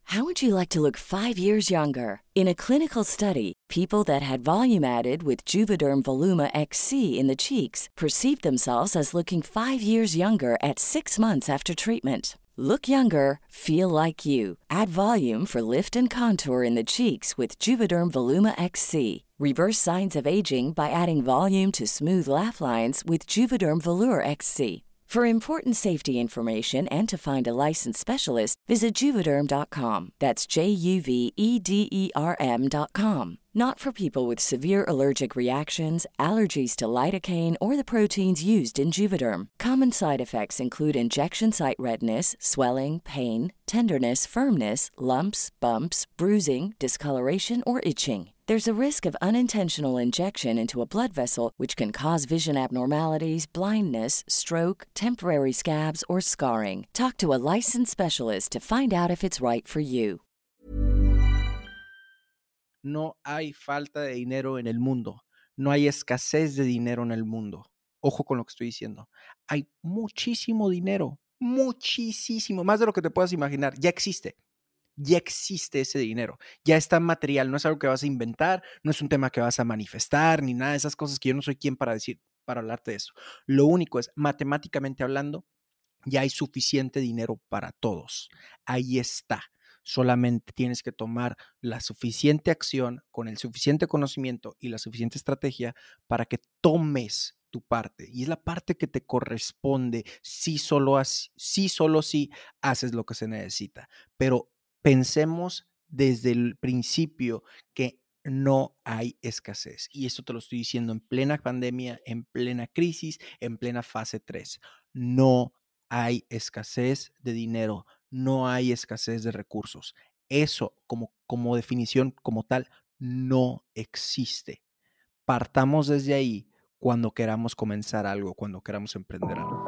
How would you like to look 5 years younger? In a clinical study, people that had volume added with Juvederm Voluma XC in the cheeks perceived themselves as looking 5 years younger at 6 months after treatment. Look younger, feel like you. Add volume for lift and contour in the cheeks with Juvederm Voluma XC. Reverse signs of aging by adding volume to smooth laugh lines with Juvederm Volure XC. For important safety information and to find a licensed specialist, visit Juvederm.com. That's JUVEDERM.com. Not for people with severe allergic reactions, allergies to lidocaine, or the proteins used in Juvederm. Common side effects include injection site redness, swelling, pain, tenderness, firmness, lumps, bumps, bruising, discoloration, or itching. There's a risk of unintentional injection into a blood vessel, which can cause vision abnormalities, blindness, stroke, temporary scabs, or scarring. Talk to a licensed specialist to find out if it's right for you. No hay falta de dinero en el mundo. No hay escasez de dinero en el mundo. Ojo con lo que estoy diciendo. Hay muchísimo dinero. Muchísimo. Más de lo que te puedas imaginar. Ya existe. Ya existe ese dinero, ya está material, no es algo que vas a inventar, no es un tema que vas a manifestar, ni nada de esas cosas que yo no soy quien para hablarte de eso. Lo único es, matemáticamente hablando, ya hay suficiente dinero para todos. Ahí está. Solamente tienes que tomar la suficiente acción con el suficiente conocimiento y la suficiente estrategia para que tomes tu parte. Y es la parte que te corresponde si solo si haces lo que se necesita. Pero pensemos desde el principio que no hay escasez. Y esto te lo estoy diciendo en plena pandemia, en plena crisis, en plena fase 3. No hay escasez de dinero, no hay escasez de recursos. Eso como definición como tal no existe. Partamos desde ahí cuando queramos comenzar algo, cuando queramos emprender algo.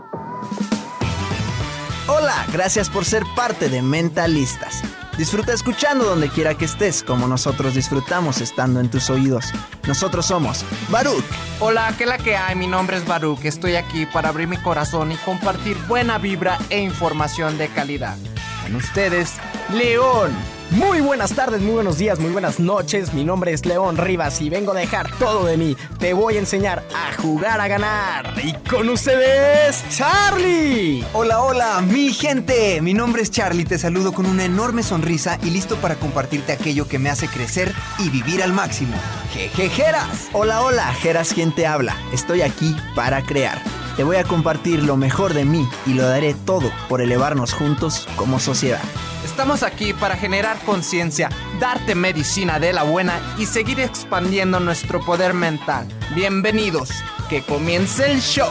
Hola, gracias por ser parte de Mentalistas. Disfruta escuchando donde quiera que estés, como nosotros disfrutamos estando en tus oídos. Nosotros somos Baruch. Hola, ¿qué la que hay? Mi nombre es Baruch. Estoy aquí para abrir mi corazón y compartir buena vibra e información de calidad. Con ustedes, León. Muy buenas tardes, muy buenos días, muy buenas noches. Mi nombre es León Rivas y vengo a dejar todo de mí. Te voy a enseñar a jugar a ganar. Y con ustedes, Charlie. Hola, hola, mi gente. Mi nombre es Charlie. Te saludo con una enorme sonrisa y listo para compartirte aquello que me hace crecer y vivir al máximo. Jeje, Jeras. Hola, hola, Jeras, ¿quién te habla? Estoy aquí para crear. Te voy a compartir lo mejor de mí y lo daré todo por elevarnos juntos como sociedad. Estamos aquí para generar conciencia, darte medicina de la buena y seguir expandiendo nuestro poder mental. Bienvenidos, que comience el show.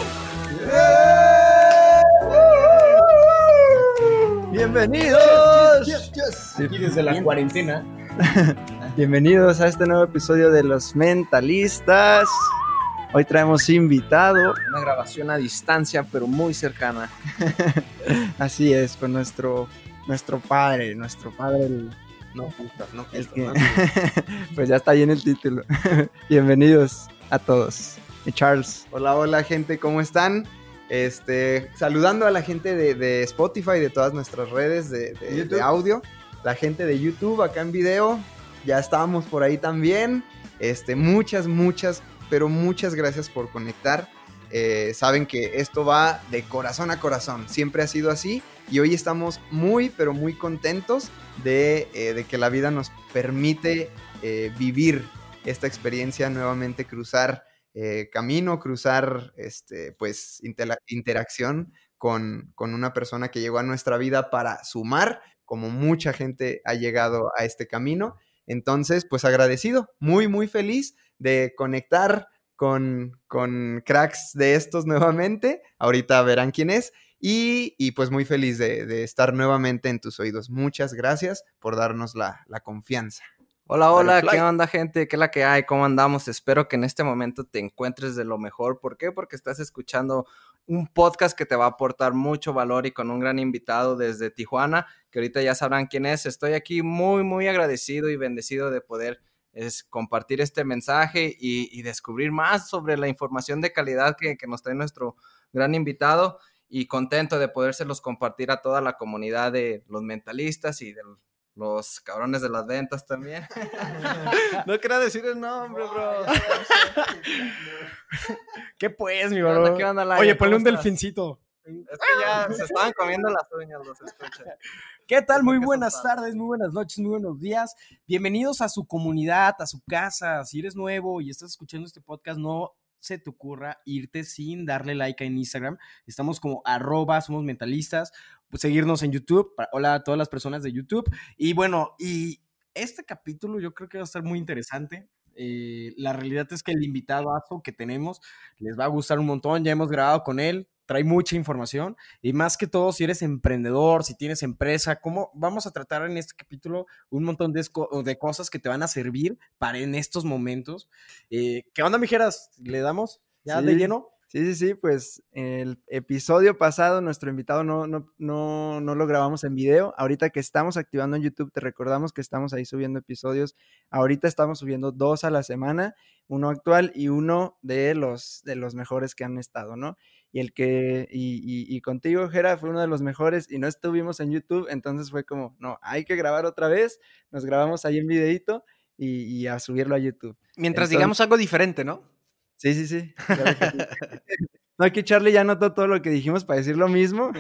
Bienvenidos. Aquí desde la cuarentena. Bienvenidos a este nuevo episodio de Los Mentalistas. Hoy traemos invitado. Una grabación a distancia, pero muy cercana. Así es, con nuestro padre, No que... Pues ya está ahí en el título. Bienvenidos a todos. Y Charles. Hola, hola, gente, ¿cómo están? Saludando a la gente de Spotify, de todas nuestras redes de audio. La gente de YouTube acá en video. Ya estábamos por ahí también. Muchas gracias por conectar. Saben que esto va de corazón a corazón. Siempre ha sido así. Y hoy estamos muy contentos de que la vida nos permite vivir esta experiencia nuevamente, cruzar camino, cruzar interacción con una persona que llegó a nuestra vida para sumar, como mucha gente ha llegado a este camino. Entonces, pues agradecido, muy feliz de conectar con cracks de estos nuevamente. Ahorita verán quién es. Y pues muy feliz de estar nuevamente en tus oídos. Muchas gracias por darnos la confianza. Hola, ¿qué onda, gente? ¿Qué es la que hay? ¿Cómo andamos? Espero que en este momento te encuentres de lo mejor. ¿Por qué? Porque estás escuchando un podcast que te va a aportar mucho valor y con un gran invitado desde Tijuana, que ahorita ya sabrán quién es. Estoy aquí muy agradecido y bendecido de poder compartir este mensaje y descubrir más sobre la información de calidad que nos trae nuestro gran invitado. Y contento de podérselos compartir a toda la comunidad de los mentalistas y los cabrones de las ventas también. No quería decir el nombre, bro. ¿Qué pues, mi ¿Qué onda, bro? qué onda, Laia? Oye, ponle un ¿Cómo estás? delfincito. Es que ya se estaban comiendo las uñas, los escucho. ¿Qué tal? Es Muy porque buenas son padres. tardes, muy buenas noches, muy buenos días. Bienvenidos a su comunidad, a su casa. Si eres nuevo y estás escuchando este podcast, no se te ocurra irte sin darle like en Instagram. Estamos como @somos mentalistas. Pues seguirnos en YouTube. Hola a todas las personas de YouTube. Y bueno, y este capítulo yo creo que va a estar muy interesante. La realidad es que el invitado que tenemos les va a gustar un montón. Ya hemos grabado con él, trae mucha información. Y más que todo, si eres emprendedor, si tienes empresa, ¿cómo vamos a tratar en este capítulo un montón de cosas que te van a servir para en estos momentos? ¿Qué onda, mijeras? ¿Le damos ya Sí. de lleno? Sí, pues el episodio pasado nuestro invitado no lo grabamos en video. Ahorita que estamos activando en YouTube, te recordamos que estamos ahí subiendo episodios. Ahorita estamos subiendo 2 a la semana, uno actual y uno de los mejores que han estado, ¿no? Y contigo, Jera, fue uno de los mejores y no estuvimos en YouTube, entonces fue como, no, hay que grabar otra vez. Nos grabamos ahí en videíto y a subirlo a YouTube. Mientras Entonces, digamos algo diferente, ¿no? Sí, claro que sí. No, aquí Charlie ya notó todo lo que dijimos para decir lo mismo.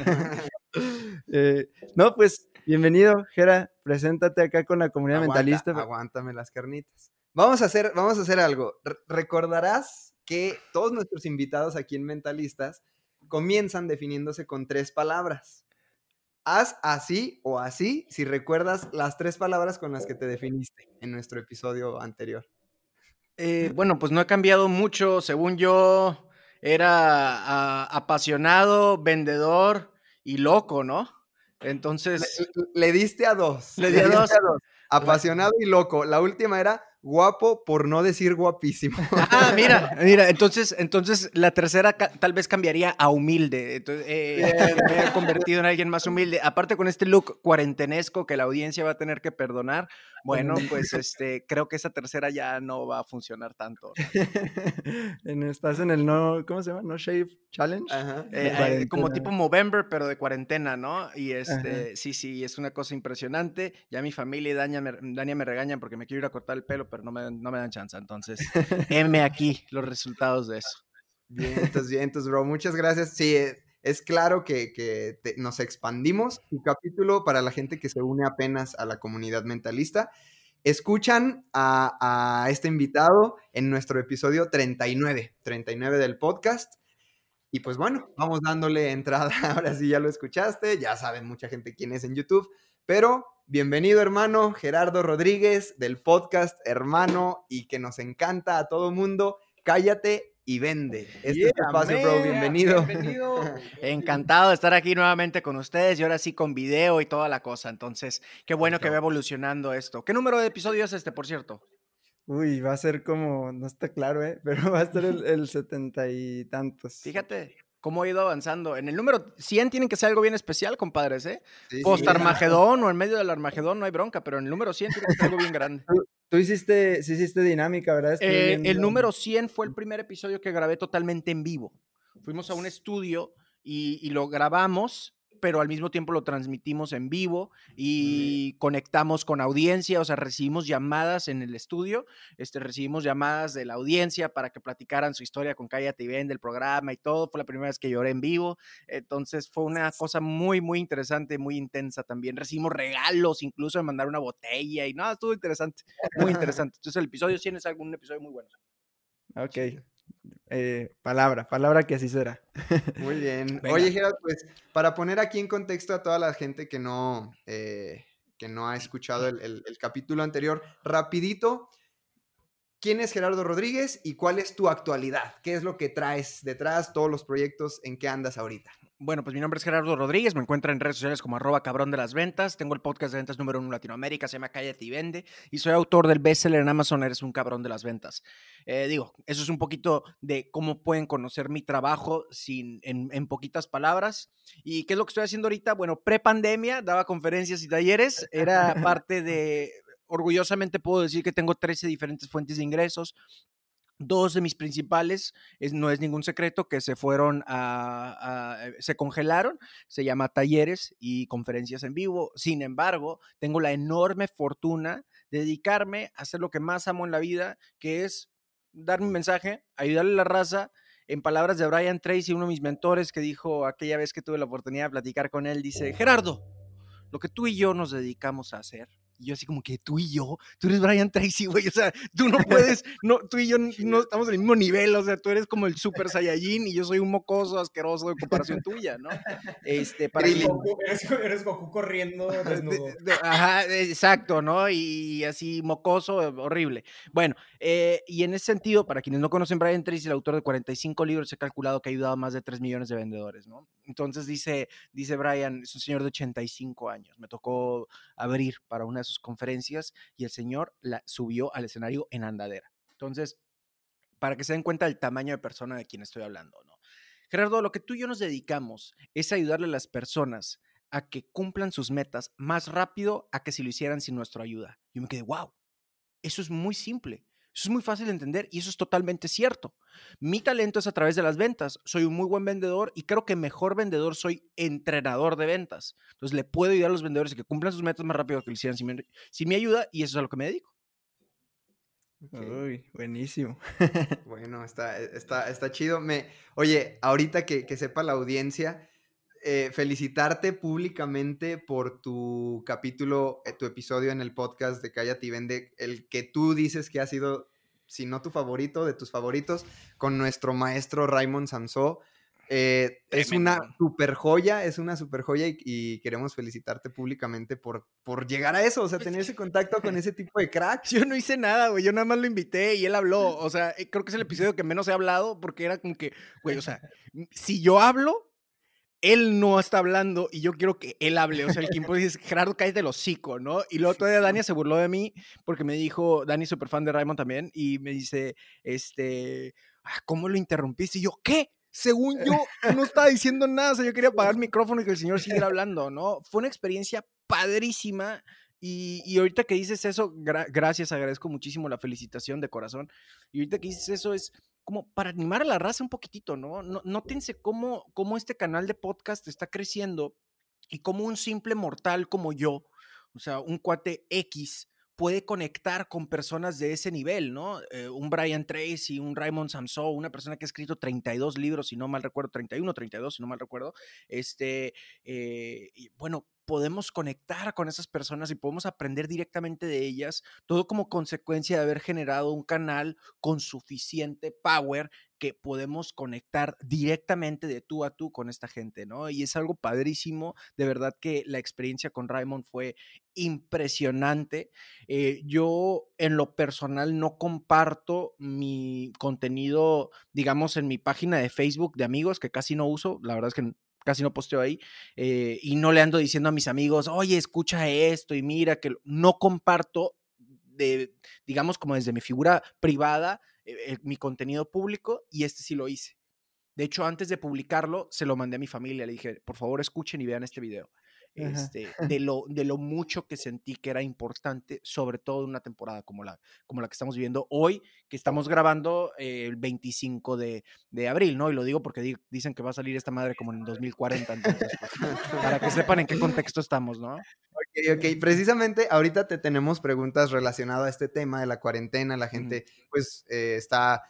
No, pues, bienvenido, Jera, preséntate acá con la comunidad mentalista. Aguántame las carnitas. Vamos a hacer algo. Recordarás que todos nuestros invitados aquí en Mentalistas comienzan definiéndose con 3 palabras. Haz así o así si recuerdas las 3 palabras con las que te definiste en nuestro episodio anterior. Bueno, pues no he cambiado mucho. Según yo, era apasionado, vendedor y loco, ¿no? Entonces, Le diste a 2. Le di a dos. Apasionado y loco. La última era guapo por no decir guapísimo. mira, entonces la tercera tal vez cambiaría a humilde. Entonces, me he convertido en alguien más humilde. Aparte con este look cuarentenesco que la audiencia va a tener que perdonar, bueno, pues creo que esa tercera ya no va a funcionar tanto. Estás en el no, ¿cómo se llama? No Shave Challenge. Ajá. Como tipo Movember, pero de cuarentena, ¿no? Y Ajá. sí, es una cosa impresionante. Ya mi familia y Dania me regañan porque me quiero ir a cortar el pelo, pero no me dan chance. Entonces, heme aquí los resultados de eso. Vientos, bro. Muchas gracias. Sí, es claro que nos expandimos. Tu capítulo, para la gente que se une apenas a la comunidad mentalista, escuchan a este invitado en nuestro episodio 39 del podcast. Y pues bueno, vamos dándole entrada. Ahora sí ya lo escuchaste, ya saben mucha gente quién es en YouTube, pero bienvenido, hermano Gerardo Rodríguez del podcast Hermano, y que nos encanta a todo mundo. Cállate y vende. Este es tu espacio, bro. Bienvenido. Encantado de estar aquí nuevamente con ustedes y ahora sí con video y toda la cosa. Entonces, qué bueno que va evolucionando esto. ¿Qué número de episodio es por cierto? Uy, va a ser como, no está claro, pero va a estar el 70 y tantos. Fíjate cómo ha ido avanzando. En el número 100 tienen que ser algo bien especial, compadres, ¿eh? Sí, Post-Armagedón o en medio del Armagedón no hay bronca, pero en el número 100 tiene que ser algo bien grande. Tú hiciste dinámica, ¿verdad? El número 100 fue el primer episodio que grabé totalmente en vivo. Fuimos a un estudio y lo grabamos, pero al mismo tiempo lo transmitimos en vivo y conectamos con audiencia, o sea, recibimos llamadas en el estudio, recibimos llamadas de la audiencia para que platicaran su historia con Cállate y Vende, el programa y todo. Fue la primera vez que lloré en vivo, entonces fue una cosa muy, muy interesante, muy intensa también. Recibimos regalos, incluso de mandar una botella y nada, estuvo interesante, muy interesante. Entonces el episodio 100 es un episodio muy bueno. Ok. Palabra que así será. Muy bien. Venga. Oye, Gerard, pues para poner aquí en contexto a toda la gente que no ha escuchado el capítulo anterior, rapidito, ¿quién es Gerardo Rodríguez y cuál es tu actualidad? ¿Qué es lo que traes detrás, todos los proyectos, en qué andas ahorita? Bueno, pues mi nombre es Gerardo Rodríguez, me encuentran en redes sociales como @cabrondelasventas, tengo el podcast de ventas número 1 en Latinoamérica, se llama Cállate y Vende, y soy autor del bestseller en Amazon, Eres un cabrón de las ventas. Eso es un poquito de cómo pueden conocer mi trabajo en poquitas palabras. ¿Y qué es lo que estoy haciendo ahorita? Bueno, pre-pandemia, daba conferencias y talleres, era parte de... Orgullosamente puedo decir que tengo 13 diferentes fuentes de ingresos. Dos de mis principales, no es ningún secreto, que se fueron se congelaron, se llama talleres y conferencias en vivo. Sin embargo, tengo la enorme fortuna de dedicarme a hacer lo que más amo en la vida, que es dar mi mensaje, ayudarle a la raza. En palabras de Brian Tracy, uno de mis mentores, que dijo aquella vez que tuve la oportunidad de platicar con él, dice: Gerardo, lo que tú y yo nos dedicamos a hacer. Y yo así como que, tú y yo, tú eres Brian Tracy, güey, o sea, tú no puedes, no, tú y yo no estamos en el mismo nivel, o sea, tú eres como el Super Saiyajin y yo soy un mocoso asqueroso de comparación tuya, ¿no? Para eres, Goku, eres Goku corriendo desnudo. Ajá, exacto, ¿no? Y así mocoso, horrible. Bueno, y en ese sentido, para quienes no conocen, Brian Tracy, el autor de 45 libros, he calculado que ha ayudado a más de 3 millones de vendedores, ¿no? Entonces dice Brian, es un señor de 85 años, me tocó abrir para una de sus conferencias y el señor la subió al escenario en andadera. Entonces, para que se den cuenta del tamaño de persona de quien estoy hablando, ¿no? Gerardo, lo que tú y yo nos dedicamos es ayudarle a las personas a que cumplan sus metas más rápido a que si lo hicieran sin nuestra ayuda. Yo me quedé, wow, eso es muy simple. Eso es muy fácil de entender y eso es totalmente cierto. Mi talento es a través de las ventas. Soy un muy buen vendedor y creo que mejor vendedor soy entrenador de ventas. Entonces le puedo ayudar a los vendedores a que cumplan sus metas más rápido que lo hicieran sin mi ayuda y eso es a lo que me dedico. Okay. Uy, buenísimo. Bueno, está chido. Oye, ahorita que sepa la audiencia, felicitarte públicamente por tu capítulo, tu episodio en el podcast de Cállate y Vende, el que tú dices que ha sido, si no tu favorito, de tus favoritos, con nuestro maestro Raymond Samsó. Es una super joya, y queremos felicitarte públicamente por llegar a eso, o sea, tener ese contacto con ese tipo de cracks. Yo no hice nada, güey, yo nada más lo invité y él habló, o sea, creo que es el episodio que menos he hablado porque era como que, güey, o sea, si yo hablo, él no está hablando y yo quiero que él hable, o sea, el tiempo dice, Gerardo, cállate el hocico, ¿no? Y luego todavía Dania se burló de mí porque me dijo, Dani es súper fan de Raymond también, y me dice, ¿cómo lo interrumpiste? Y yo, ¿qué? Según yo, no estaba diciendo nada, o sea, yo quería apagar el micrófono y que el señor siguiera hablando, ¿no? Fue una experiencia padrísima y ahorita que dices eso, gracias, agradezco muchísimo la felicitación de corazón, y ahorita que dices eso es como para animar a la raza un poquitito, ¿no? Nótense cómo este canal de podcast está creciendo y cómo un simple mortal como yo, o sea, un cuate X, puede conectar con personas de ese nivel, ¿no? Un Brian Tracy, un Raymond Samsó, una persona que ha escrito 32 libros, si no mal recuerdo, 31, 32, si no mal recuerdo, y bueno, podemos conectar con esas personas y podemos aprender directamente de ellas, todo como consecuencia de haber generado un canal con suficiente power que podemos conectar directamente de tú a tú con esta gente, ¿no? Y es algo padrísimo, de verdad que la experiencia con Raymond fue impresionante. Yo en lo personal no comparto mi contenido, digamos, en mi página de Facebook de amigos, que casi no uso, la verdad es que casi no posteo ahí, y no le ando diciendo a mis amigos, oye, escucha esto y mira que no comparto, digamos, como desde mi figura privada, mi contenido público, y sí lo hice. De hecho, antes de publicarlo, se lo mandé a mi familia, le dije, por favor, escuchen y vean este video. De lo mucho que sentí que era importante, sobre todo en una temporada como la que estamos viviendo hoy, que estamos grabando el 25 de abril, ¿no? Y lo digo porque dicen que va a salir esta madre como en 2040, entonces, pues, para que sepan en qué contexto estamos, ¿no? Ok, precisamente ahorita te tenemos preguntas relacionadas a este tema de la cuarentena, la gente pues está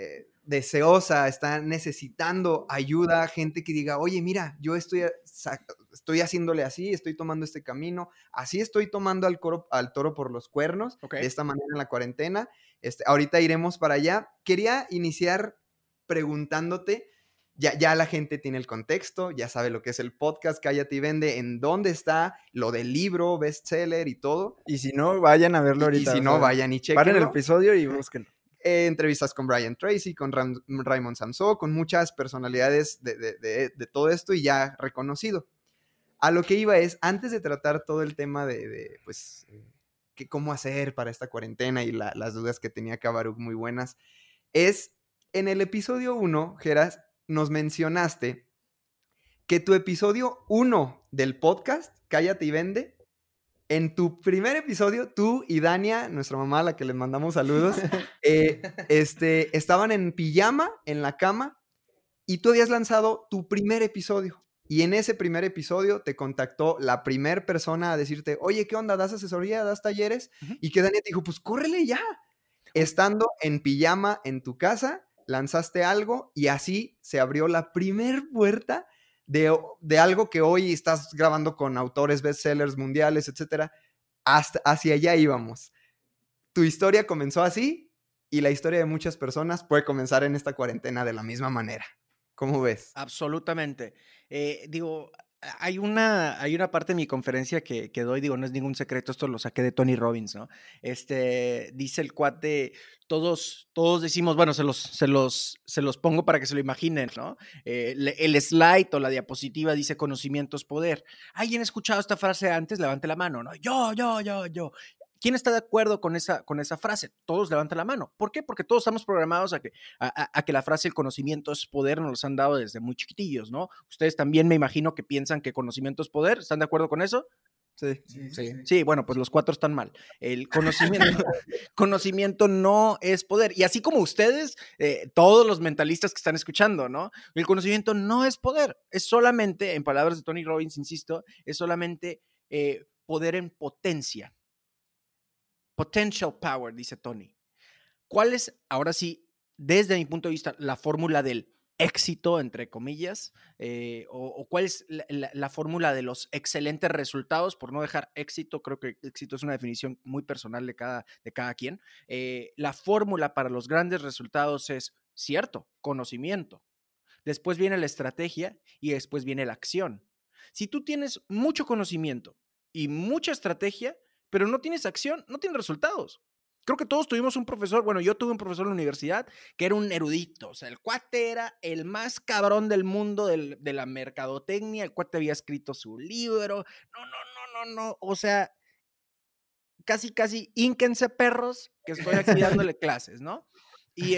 deseosa, está necesitando ayuda, gente que diga, oye, mira, yo estoy haciéndole así, estoy tomando este camino, así estoy tomando al toro por los cuernos, de esta manera en la cuarentena, ahorita iremos para allá. Quería iniciar preguntándote, ya la gente tiene el contexto, ya sabe lo que es el podcast Cállate y Vende, en dónde está, lo del libro, bestseller y todo. Y si no, vayan a verlo ahorita. Y si no, vayan y chequenlo. Paren el episodio y búsquenlo. Entrevistas con Brian Tracy, con Raymond Samsó, con muchas personalidades de todo esto y ya reconocido. A lo que iba es, antes de tratar todo el tema pues, cómo hacer para esta cuarentena y las dudas que tenía Cabaruc muy buenas, es en el episodio 1, Geras, nos mencionaste que tu episodio 1 del podcast, Cállate y Vende, en tu primer episodio, tú y Dania, nuestra mamá, a la que les mandamos saludos, estaban en pijama, en la cama, y tú habías lanzado tu primer episodio. Y en ese primer episodio te contactó la primer persona a decirte, oye, ¿qué onda? ¿Das asesoría? ¿Das talleres? Y que Dania te dijo, pues córrele ya. Estando en pijama en tu casa, lanzaste algo y así se abrió la primer puerta de algo que hoy estás grabando con autores bestsellers mundiales, etcétera. Hacia allá íbamos. Tu historia comenzó así y la historia de muchas personas puede comenzar en esta cuarentena de la misma manera. ¿Cómo ves? Absolutamente. Digo, hay una parte de mi conferencia que doy, digo, no es ningún secreto, esto lo saqué de Tony Robbins, ¿no? Dice el cuate, todos decimos, bueno, se los pongo para que se lo imaginen, ¿no? El slide o la diapositiva dice conocimiento es poder. ¿Alguien ha escuchado esta frase antes? Levante la mano, ¿no? Yo. ¿Quién está de acuerdo con esa frase? Todos levantan la mano. ¿Por qué? Porque todos estamos programados a que la frase el conocimiento es poder nos los han dado desde muy chiquitillos, ¿no? Ustedes también me imagino que piensan que conocimiento es poder. ¿Están de acuerdo con eso? Sí, bueno, pues los 4 están mal. El conocimiento no es poder. Y así como ustedes, todos los mentalistas que están escuchando, ¿no? El conocimiento no es poder. Es solamente, en palabras de Tony Robbins, insisto, es solamente poder en potencia. Potential power, dice Tony. ¿Cuál es, ahora sí, desde mi punto de vista, la fórmula del éxito, entre comillas? O cuál es la fórmula de los excelentes resultados, por no dejar éxito? Creo que éxito es una definición muy personal de cada quien. La fórmula para los grandes resultados es, cierto, conocimiento. Después viene la estrategia y después viene la acción. Si tú tienes mucho conocimiento y mucha estrategia, pero no tienes acción, no tienes resultados. Creo que todos tuvimos un profesor, bueno, yo tuve un profesor en la universidad que era un erudito, o sea, el cuate era el más cabrón del mundo de la mercadotecnia, el cuate había escrito su libro, no, o sea, casi, ínquense perros, que estoy aquí dándole clases, ¿no? Y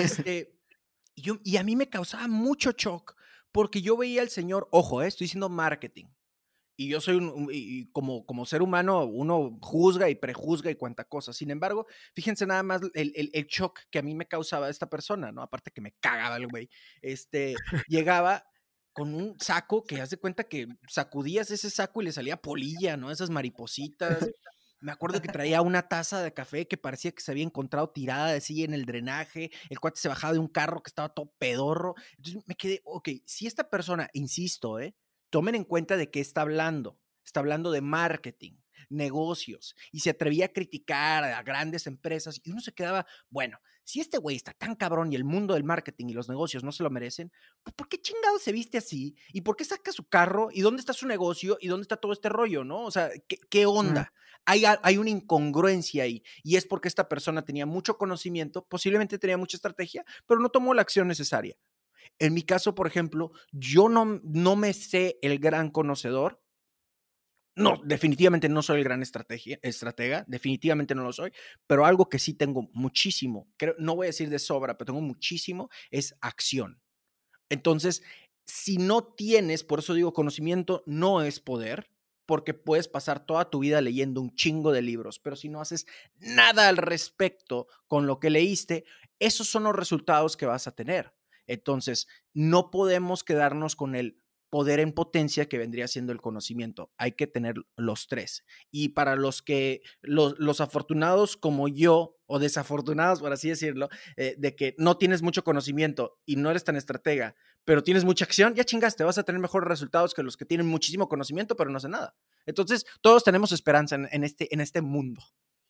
y a mí me causaba mucho shock, porque yo veía al señor, ojo, estoy diciendo marketing, y yo soy como ser humano, uno juzga y prejuzga y cuanta cosa. Sin embargo, fíjense nada más el shock que a mí me causaba esta persona, ¿no? Aparte que me cagaba el güey. Llegaba con un saco que haz de cuenta que sacudías ese saco y le salía polilla, ¿no? Esas maripositas. Me acuerdo que traía una taza de café que parecía que se había encontrado tirada así en el drenaje. El cuate se bajaba de un carro que estaba todo pedorro. Entonces me quedé, ok, si esta persona, insisto, tomen en cuenta de qué está hablando. Está hablando de marketing, negocios, y se atrevía a criticar a grandes empresas, y uno se quedaba, bueno, si este güey está tan cabrón y el mundo del marketing y los negocios no se lo merecen, pues ¿por qué chingado se viste así? ¿Y por qué saca su carro? ¿Y dónde está su negocio? ¿Y dónde está todo este rollo, no? O sea, ¿qué onda? Hay una incongruencia ahí, y es porque esta persona tenía mucho conocimiento, posiblemente tenía mucha estrategia, pero no tomó la acción necesaria. En mi caso, por ejemplo, yo no me sé el gran conocedor. No, definitivamente no soy el gran estratega, definitivamente no lo soy, pero algo que sí tengo muchísimo, no voy a decir de sobra, pero tengo muchísimo, es acción. Entonces, si no tienes, por eso digo, conocimiento no es poder, porque puedes pasar toda tu vida leyendo un chingo de libros, pero si no haces nada al respecto con lo que leíste, esos son los resultados que vas a tener. Entonces, no podemos quedarnos con el poder en potencia que vendría siendo el conocimiento. Hay que tener los 3. Y para los afortunados como yo, o desafortunados, por así decirlo, de que no tienes mucho conocimiento y no eres tan estratega, pero tienes mucha acción, ya chingaste, vas a tener mejores resultados que los que tienen muchísimo conocimiento, pero no hacen nada. Entonces, todos tenemos esperanza en este mundo.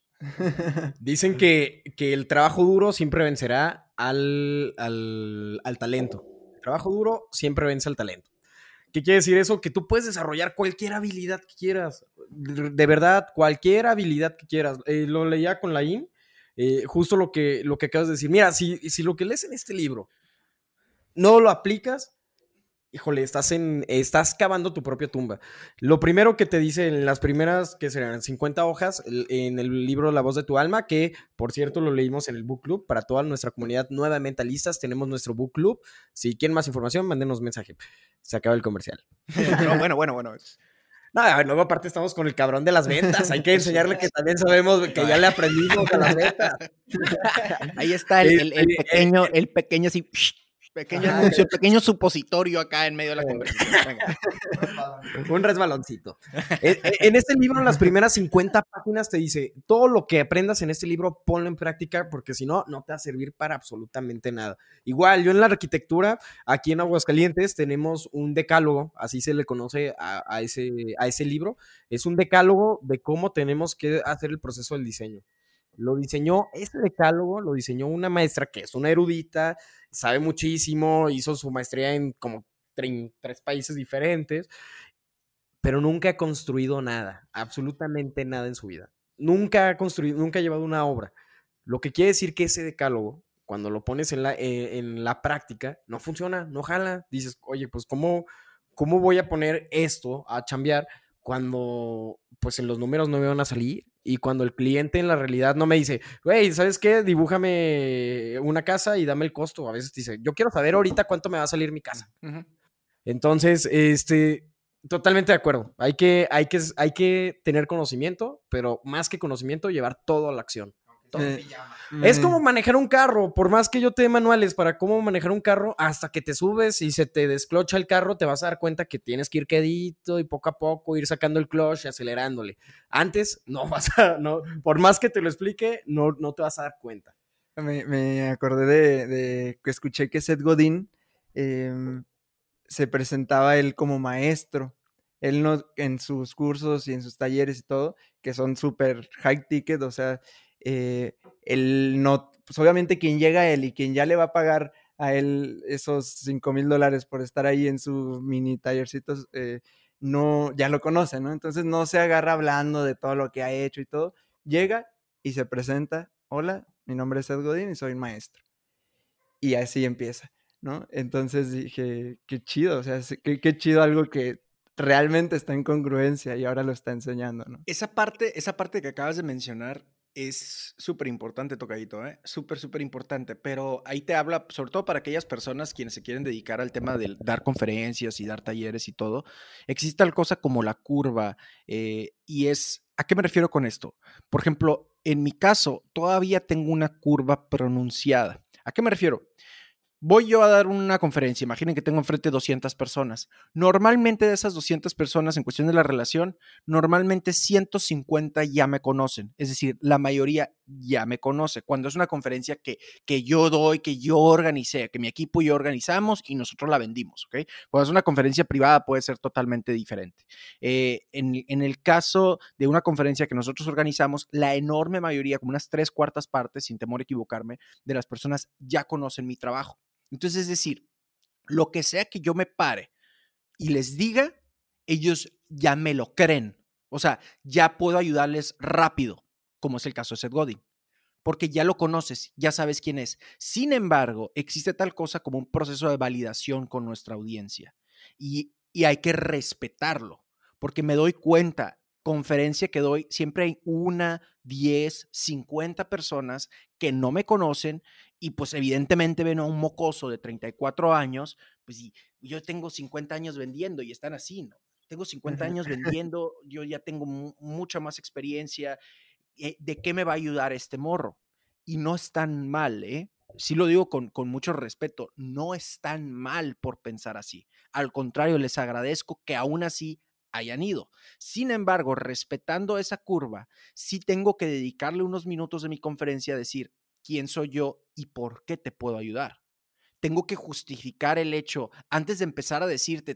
Dicen que el trabajo duro siempre vencerá al talento. El trabajo duro siempre vence al talento. ¿Qué quiere decir eso? Que tú puedes desarrollar cualquier habilidad que quieras. De verdad, cualquier habilidad que quieras. Lo leía con Laín, justo lo que acabas de decir. Mira, si lo que lees en este libro no lo aplicas, híjole, estás cavando tu propia tumba. Lo primero que te dice en las primeras, que serán 50 hojas, en el libro La Voz de tu Alma, que por cierto lo leímos en el Book Club, para toda nuestra comunidad nueva de mentalistas, tenemos nuestro Book Club. Si quieren más información, mándenos mensaje. Se acaba el comercial. No, bueno. No, luego aparte estamos con el cabrón de las ventas. Hay que enseñarle que también sabemos que ya le aprendimos a las ventas. Ahí está el pequeño así, pequeño anuncio, pequeño supositorio acá en medio de la conversación. Venga. Un resbaloncito. En este libro, en las primeras 50 páginas, te dice, todo lo que aprendas en este libro, ponlo en práctica, porque si no, no te va a servir para absolutamente nada. Igual, yo en la arquitectura, aquí en Aguascalientes, tenemos un decálogo, así se le conoce a ese libro. Es un decálogo de cómo tenemos que hacer el proceso del diseño. Este decálogo lo diseñó una maestra que es una erudita, sabe muchísimo, hizo su maestría en como 3 países diferentes, pero nunca ha construido nada, absolutamente nada en su vida. Nunca ha llevado una obra. Lo que quiere decir que ese decálogo, cuando lo pones en la práctica, no funciona, no jala. Dices, oye, pues ¿cómo voy a poner esto a chambear cuando pues en los números no me van a salir? Y cuando el cliente en la realidad no me dice, güey, ¿sabes qué? Dibújame una casa y dame el costo. A veces dice, yo quiero saber ahorita cuánto me va a salir mi casa. Uh-huh. Entonces, totalmente de acuerdo. Hay que tener conocimiento, pero más que conocimiento, llevar todo a la acción. Es como manejar un carro. Por más que yo te dé manuales para cómo manejar un carro, hasta que te subes y se te desclocha el carro, te vas a dar cuenta que tienes que ir quedito y poco a poco ir sacando el clutch y acelerándole. Antes, no, por más que te lo explique, no te vas a dar cuenta. Me acordé de que escuché que Seth Godin se presentaba él como maestro. Él no, en sus cursos y en sus talleres y todo, que son súper high ticket, o sea, él no, pues obviamente quien llega a él y quien ya le va a pagar a él esos $5,000 por estar ahí en sus mini tallercitos, no, ya lo conoce, ¿no? Entonces no se agarra hablando de todo lo que ha hecho y todo, llega y se presenta, hola, mi nombre es Seth Godin y soy maestro. Y así empieza, ¿no? Entonces dije, qué chido, o sea, qué chido algo que realmente está en congruencia y ahora lo está enseñando, ¿no? Esa parte que acabas de mencionar es súper importante, tocadito, ¿eh? Súper importante, pero ahí te habla, sobre todo para aquellas personas quienes se quieren dedicar al tema de dar conferencias y dar talleres y todo, existe tal cosa como la curva, y es, ¿a qué me refiero con esto? Por ejemplo, en mi caso, todavía tengo una curva pronunciada. ¿A qué me refiero? Voy yo a dar una conferencia, imaginen que tengo enfrente 200 personas. Normalmente de esas 200 personas, en cuestión de la relación, normalmente 150 ya me conocen. Es decir, la mayoría ya me conoce. Cuando es una conferencia que yo doy, que yo organicé, que mi equipo y yo organizamos y nosotros la vendimos, ¿ok? Cuando es una conferencia privada puede ser totalmente diferente. En el caso de una conferencia que nosotros organizamos, la enorme mayoría, como unas 3/4 partes, sin temor a equivocarme, de las personas ya conocen mi trabajo. Entonces, es decir, lo que sea que yo me pare y les diga, ellos ya me lo creen. O sea, ya puedo ayudarles rápido, como es el caso de Seth Godin, porque ya lo conoces, ya sabes quién es. Sin embargo, existe tal cosa como un proceso de validación con nuestra audiencia y hay que respetarlo, porque me doy cuenta, conferencia que doy, siempre hay 1, 10, 50 personas que no me conocen y pues evidentemente ven a un mocoso de 34 años, pues y yo tengo 50 años vendiendo y están así, ¿no? Tengo 50 años vendiendo, yo ya tengo mucha más experiencia. ¿De qué me va a ayudar este morro? Y no es tan mal, ¿eh? Sí lo digo con mucho respeto, no es tan mal por pensar así. Al contrario, les agradezco que aún así hayan ido. Sin embargo, respetando esa curva, sí tengo que dedicarle unos minutos de mi conferencia a decir quién soy yo y por qué te puedo ayudar. Tengo que justificar el hecho antes de empezar a decirte,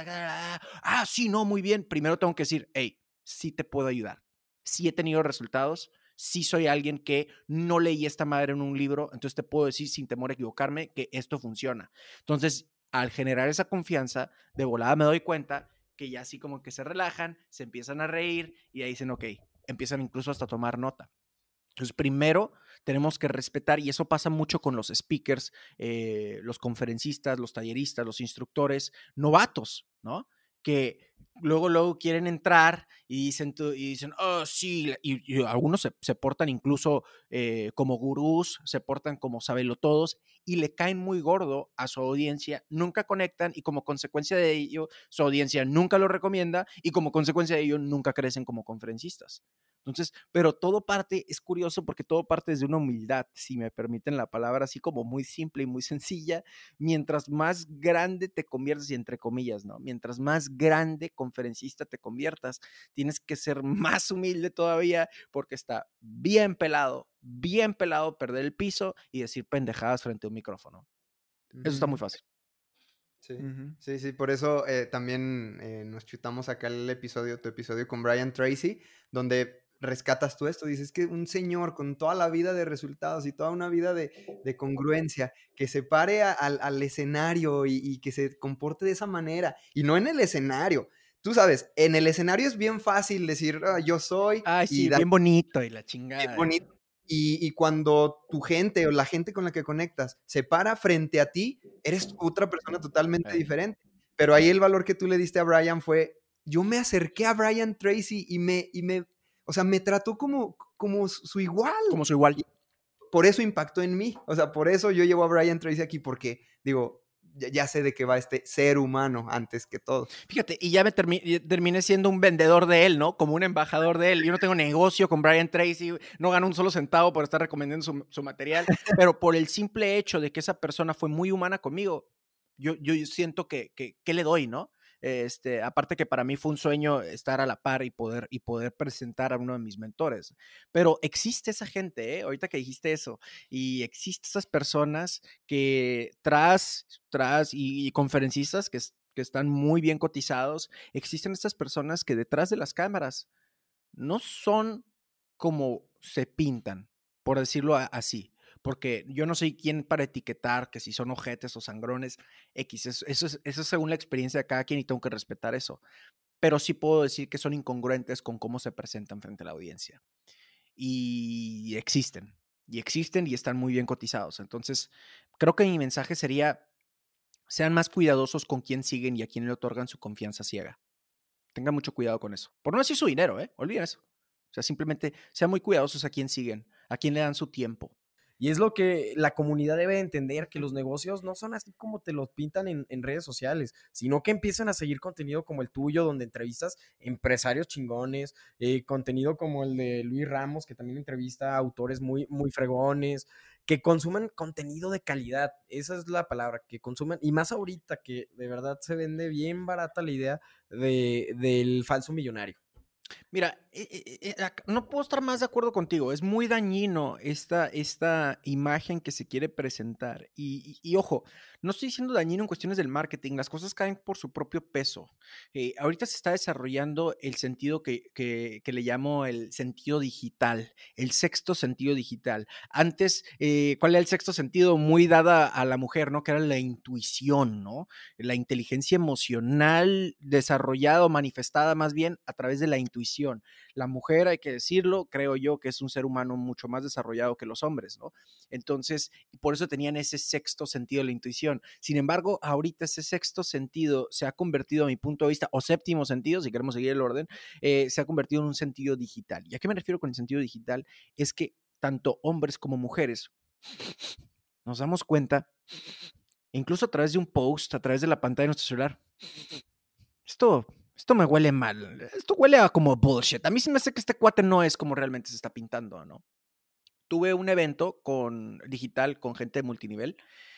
sí, no, muy bien. Primero tengo que decir, hey, sí te puedo ayudar. Sí he tenido resultados, sí soy alguien que no leí esta madre en un libro, entonces te puedo decir sin temor a equivocarme que esto funciona. Entonces, al generar esa confianza, de volada me doy cuenta que ya así como que se relajan, se empiezan a reír y ahí dicen, ok, empiezan incluso hasta a tomar nota. Entonces, primero tenemos que respetar, y eso pasa mucho con los speakers, los conferencistas, los talleristas, los instructores, novatos, ¿no? Que luego quieren entrar y dicen, oh, sí, y algunos se portan incluso como gurús, se portan como sabelotodos y le caen muy gordo a su audiencia, nunca conectan y como consecuencia de ello, su audiencia nunca lo recomienda y como consecuencia de ello, nunca crecen como conferencistas. Entonces, pero todo parte, es curioso porque todo parte desde una humildad, si me permiten la palabra, así como muy simple y muy sencilla. Mientras más grande te conviertes, y entre comillas, ¿no? Mientras más grande conferencista te conviertas, tienes que ser más humilde todavía porque está bien pelado perder el piso y decir pendejadas frente a un micrófono. Eso está muy fácil. Sí, sí, por eso también nos chutamos acá tu episodio con Brian Tracy, donde rescatas tú esto, dices que un señor con toda la vida de resultados y toda una vida de congruencia, que se pare al escenario y que se comporte de esa manera, y no en el escenario. Tú sabes, en el escenario es bien fácil decir, yo soy. Ay, sí, bien bonito y la chingada. Bien bonito. Y cuando tu gente o la gente con la que conectas se para frente a ti, eres otra persona totalmente diferente. Pero ahí el valor que tú le diste a Brian fue, yo me acerqué a Brian Tracy y o sea, me trató como su igual. Como su igual. Y por eso impactó en mí. O sea, por eso yo llevo a Brian Tracy aquí, porque digo, ya sé de qué va este ser humano antes que todo. Fíjate, y ya terminé siendo un vendedor de él, ¿no? Como un embajador de él. Yo no tengo negocio con Brian Tracy, no gano un solo centavo por estar recomendando su material, pero por el simple hecho de que esa persona fue muy humana conmigo, yo siento que le doy, ¿no? Aparte que para mí fue un sueño estar a la par y poder presentar a uno de mis mentores. Pero existe esa gente, ahorita que dijiste eso, y existe esas personas que tras y conferencistas que están muy bien cotizados, existen estas personas que detrás de las cámaras no son como se pintan, por decirlo así. Porque yo no soy quien para etiquetar que si son ojetes o sangrones, X. Eso es según la experiencia de cada quien y tengo que respetar eso. Pero sí puedo decir que son incongruentes con cómo se presentan frente a la audiencia. Y existen y están muy bien cotizados. Entonces, creo que mi mensaje sería, sean más cuidadosos con quién siguen y a quién le otorgan su confianza ciega. Tengan mucho cuidado con eso. Por no decir su dinero, olviden eso. O sea, simplemente sean muy cuidadosos a quién siguen, a quién le dan su tiempo. Y es lo que la comunidad debe entender, que los negocios no son así como te los pintan en redes sociales, sino que empiezan a seguir contenido como el tuyo, donde entrevistas empresarios chingones, contenido como el de Luis Ramos, que también entrevista a autores muy, muy fregones, que consuman contenido de calidad. Esa es la palabra, que consuman, y más ahorita que de verdad se vende bien barata la idea del falso millonario. Mira, no puedo estar más de acuerdo contigo. Es muy dañino esta imagen que se quiere presentar. Y ojo, no estoy diciendo dañino en cuestiones del marketing. Las cosas caen por su propio peso. Ahorita se está desarrollando el sentido que le llamo el sentido digital, el sexto sentido digital. Antes, ¿cuál era el sexto sentido? Muy dada a la mujer, ¿no? Que era la intuición, ¿no? La inteligencia emocional desarrollada o manifestada más bien a través de la intuición. La mujer, hay que decirlo, creo yo que es un ser humano mucho más desarrollado que los hombres, ¿no? Entonces, por eso tenían ese sexto sentido de la intuición. Sin embargo, ahorita ese sexto sentido se ha convertido, a mi punto de vista, o séptimo sentido, si queremos seguir el orden, se ha convertido en un sentido digital. ¿Y a qué me refiero con el sentido digital? Es que tanto hombres como mujeres nos damos cuenta, incluso a través de un post, a través de la pantalla de nuestro celular, esto me huele mal. Esto huele a como bullshit. A mí se me hace que este cuate no es como realmente se está pintando, ¿no? Tuve un evento digital con gente de multinivel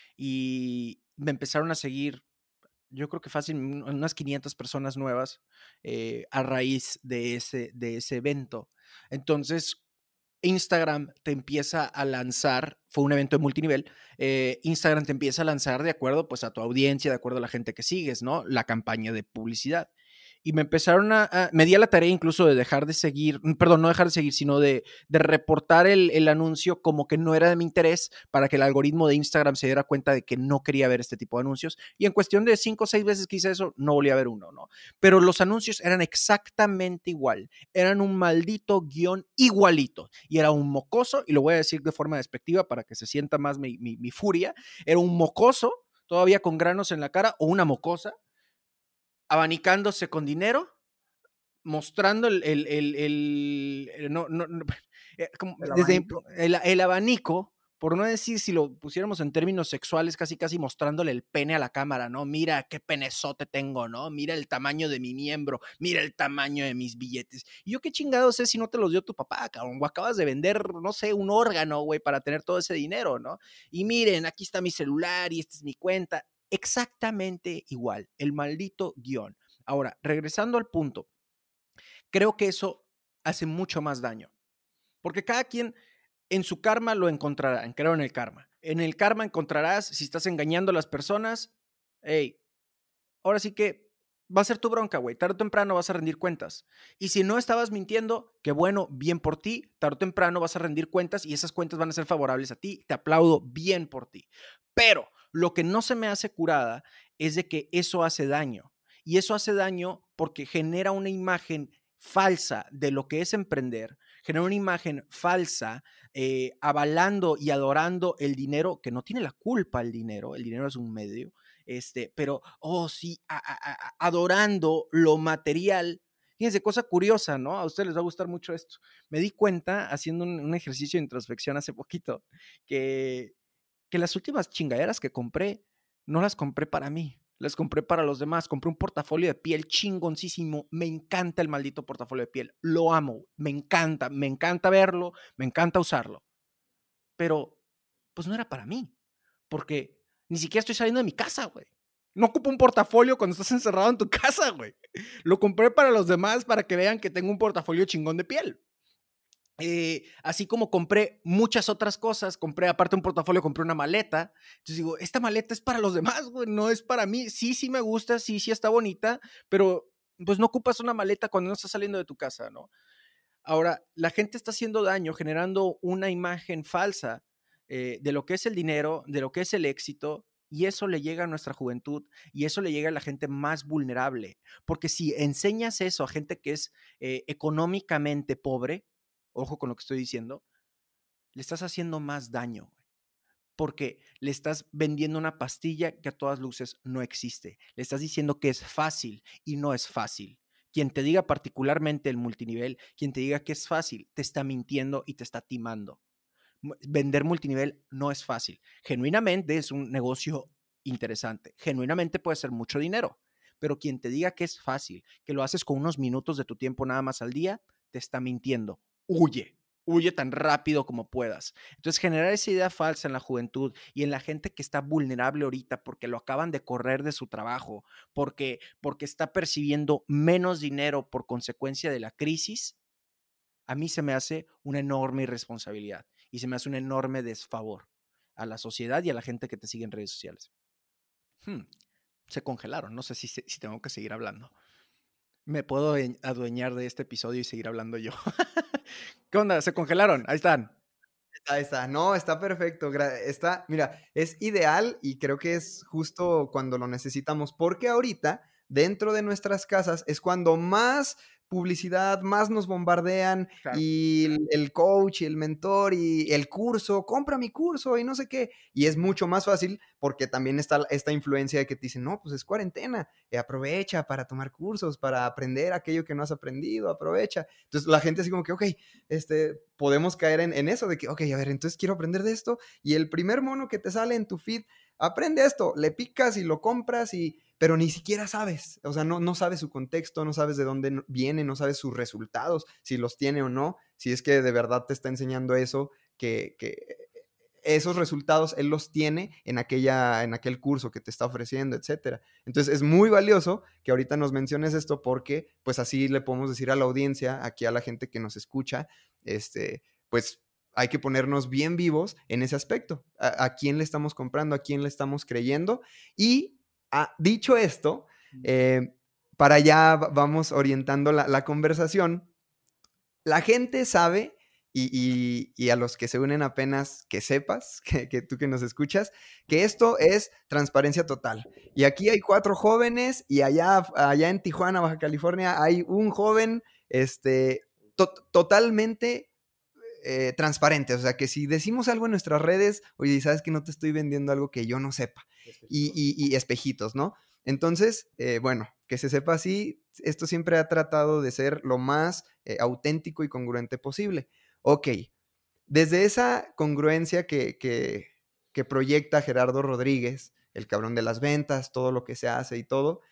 y me empezaron a seguir, yo creo que fácil, unas 500 personas nuevas a raíz de ese evento. Entonces, Instagram te empieza a lanzar, fue un evento de multinivel, Instagram te empieza a lanzar de acuerdo pues a tu audiencia, de acuerdo a la gente que sigues, ¿no? La campaña de publicidad. Y me empezaron me di a la tarea incluso de dejar de seguir, perdón, no dejar de seguir, sino de reportar el anuncio como que no era de mi interés para que el algoritmo de Instagram se diera cuenta de que no quería ver este tipo de anuncios. Y en cuestión de 5 o 6 veces que hice eso, no volví a ver uno, ¿no? Pero los anuncios eran exactamente igual, eran un maldito guión igualito. Y era un mocoso, y lo voy a decir de forma despectiva para que se sienta más mi furia, era un mocoso, todavía con granos en la cara, o una mocosa, abanicándose con dinero, mostrando el abanico, por no decir, si lo pusiéramos en términos sexuales, casi mostrándole el pene a la cámara, ¿no? Mira qué penezote tengo, ¿no? Mira el tamaño de mi miembro, mira el tamaño de mis billetes. Y yo qué chingados sé si no te los dio tu papá, cabrón, o acabas de vender, no sé, un órgano, güey, para tener todo ese dinero, ¿no? Y miren, aquí está mi celular y esta es mi cuenta. Exactamente igual, el maldito guión. Ahora, regresando al punto, creo que eso hace mucho más daño, porque cada quien en su karma lo encontrará, creo en el karma. En el karma encontrarás, si estás engañando a las personas, hey, ahora sí que va a ser tu bronca, güey. Tarde o temprano vas a rendir cuentas. Y si no estabas mintiendo, qué bueno, bien por ti. Tarde o temprano vas a rendir cuentas y esas cuentas van a ser favorables a ti. Te aplaudo, bien por ti. Pero lo que no se me hace curada es de que eso hace daño. Y eso hace daño porque genera una imagen falsa de lo que es emprender, genera una imagen falsa avalando y adorando el dinero, que no tiene la culpa el dinero es un medio, pero, sí, adorando lo material. Fíjense, cosa curiosa, ¿no? A ustedes les va a gustar mucho esto. Me di cuenta, haciendo un ejercicio de introspección hace poquito, que las últimas chingaderas que compré, no las compré para mí, las compré para los demás. Compré un portafolio de piel chingoncísimo. Me encanta el maldito portafolio de piel. Lo amo. Me encanta verlo. Me encanta usarlo. Pero, pues no era para mí. Porque ni siquiera estoy saliendo de mi casa, güey. No ocupo un portafolio cuando estás encerrado en tu casa, güey. Lo compré para los demás para que vean que tengo un portafolio chingón de piel. Así como compré muchas otras cosas, compré aparte un portafolio, compré una maleta. Entonces digo, esta maleta es para los demás, güey, no es para mí. Sí me gusta, sí está bonita, pero pues no ocupas una maleta cuando no estás saliendo de tu casa, ¿no? Ahora, la gente está haciendo daño generando una imagen falsa de lo que es el dinero, de lo que es el éxito, y eso le llega a nuestra juventud y eso le llega a la gente más vulnerable. Porque si enseñas eso a gente que es económicamente pobre, ojo con lo que estoy diciendo, le estás haciendo más daño, porque le estás vendiendo una pastilla que a todas luces no existe. Le estás diciendo que es fácil y no es fácil. Quien te diga particularmente el multinivel, quien te diga que es fácil, te está mintiendo y te está timando. Vender multinivel no es fácil. Genuinamente es un negocio interesante. Genuinamente puede ser mucho dinero, pero quien te diga que es fácil, que lo haces con unos minutos de tu tiempo nada más al día, te está mintiendo. Huye tan rápido como puedas. Entonces, generar esa idea falsa en la juventud y en la gente que está vulnerable ahorita porque lo acaban de correr de su trabajo, porque está percibiendo menos dinero por consecuencia de la crisis, a mí se me hace una enorme irresponsabilidad y se me hace un enorme desfavor a la sociedad y a la gente que te sigue en redes sociales. Se congelaron, no sé si tengo que seguir hablando. Me puedo adueñar de este episodio y seguir hablando yo. ¿Qué onda? ¿Se congelaron? Ahí están. Ahí está. No, está perfecto. Mira, es ideal y creo que es justo cuando lo necesitamos, porque ahorita dentro de nuestras casas es cuando más publicidad, más nos bombardean, claro. Y el coach y el mentor y el curso, compra mi curso y no sé qué. Y es mucho más fácil porque también está esta influencia de que te dicen, no, pues es cuarentena, aprovecha para tomar cursos, para aprender aquello que no has aprendido, aprovecha. Entonces la gente así como que, ok, podemos caer en eso de que, ok, a ver, entonces quiero aprender de esto y el primer mono que te sale en tu feed, aprende esto, le picas y lo compras pero ni siquiera sabes, o sea, no sabes su contexto, no sabes de dónde viene, no sabes sus resultados, si los tiene o no, si es que de verdad te está enseñando eso, que esos resultados él los tiene en aquel curso que te está ofreciendo, etcétera. Entonces es muy valioso que ahorita nos menciones esto porque pues así le podemos decir a la audiencia, aquí a la gente que nos escucha, pues hay que ponernos bien vivos en ese aspecto, a quién le estamos comprando, a quién le estamos creyendo y dicho esto, para allá vamos orientando la conversación. La gente sabe, y a los que se unen apenas que sepas, que tú que nos escuchas, que esto es transparencia total. Y aquí hay 4 jóvenes y allá en Tijuana, Baja California, hay un joven totalmente transparente, o sea, que si decimos algo en nuestras redes, oye, sabes que no te estoy vendiendo algo que yo no sepa, y espejitos, ¿no? Entonces, bueno, que se sepa así, esto siempre ha tratado de ser lo más auténtico y congruente posible. Ok, desde esa congruencia que proyecta Gerardo Rodríguez, el cabrón de las ventas, todo lo que se hace y todo,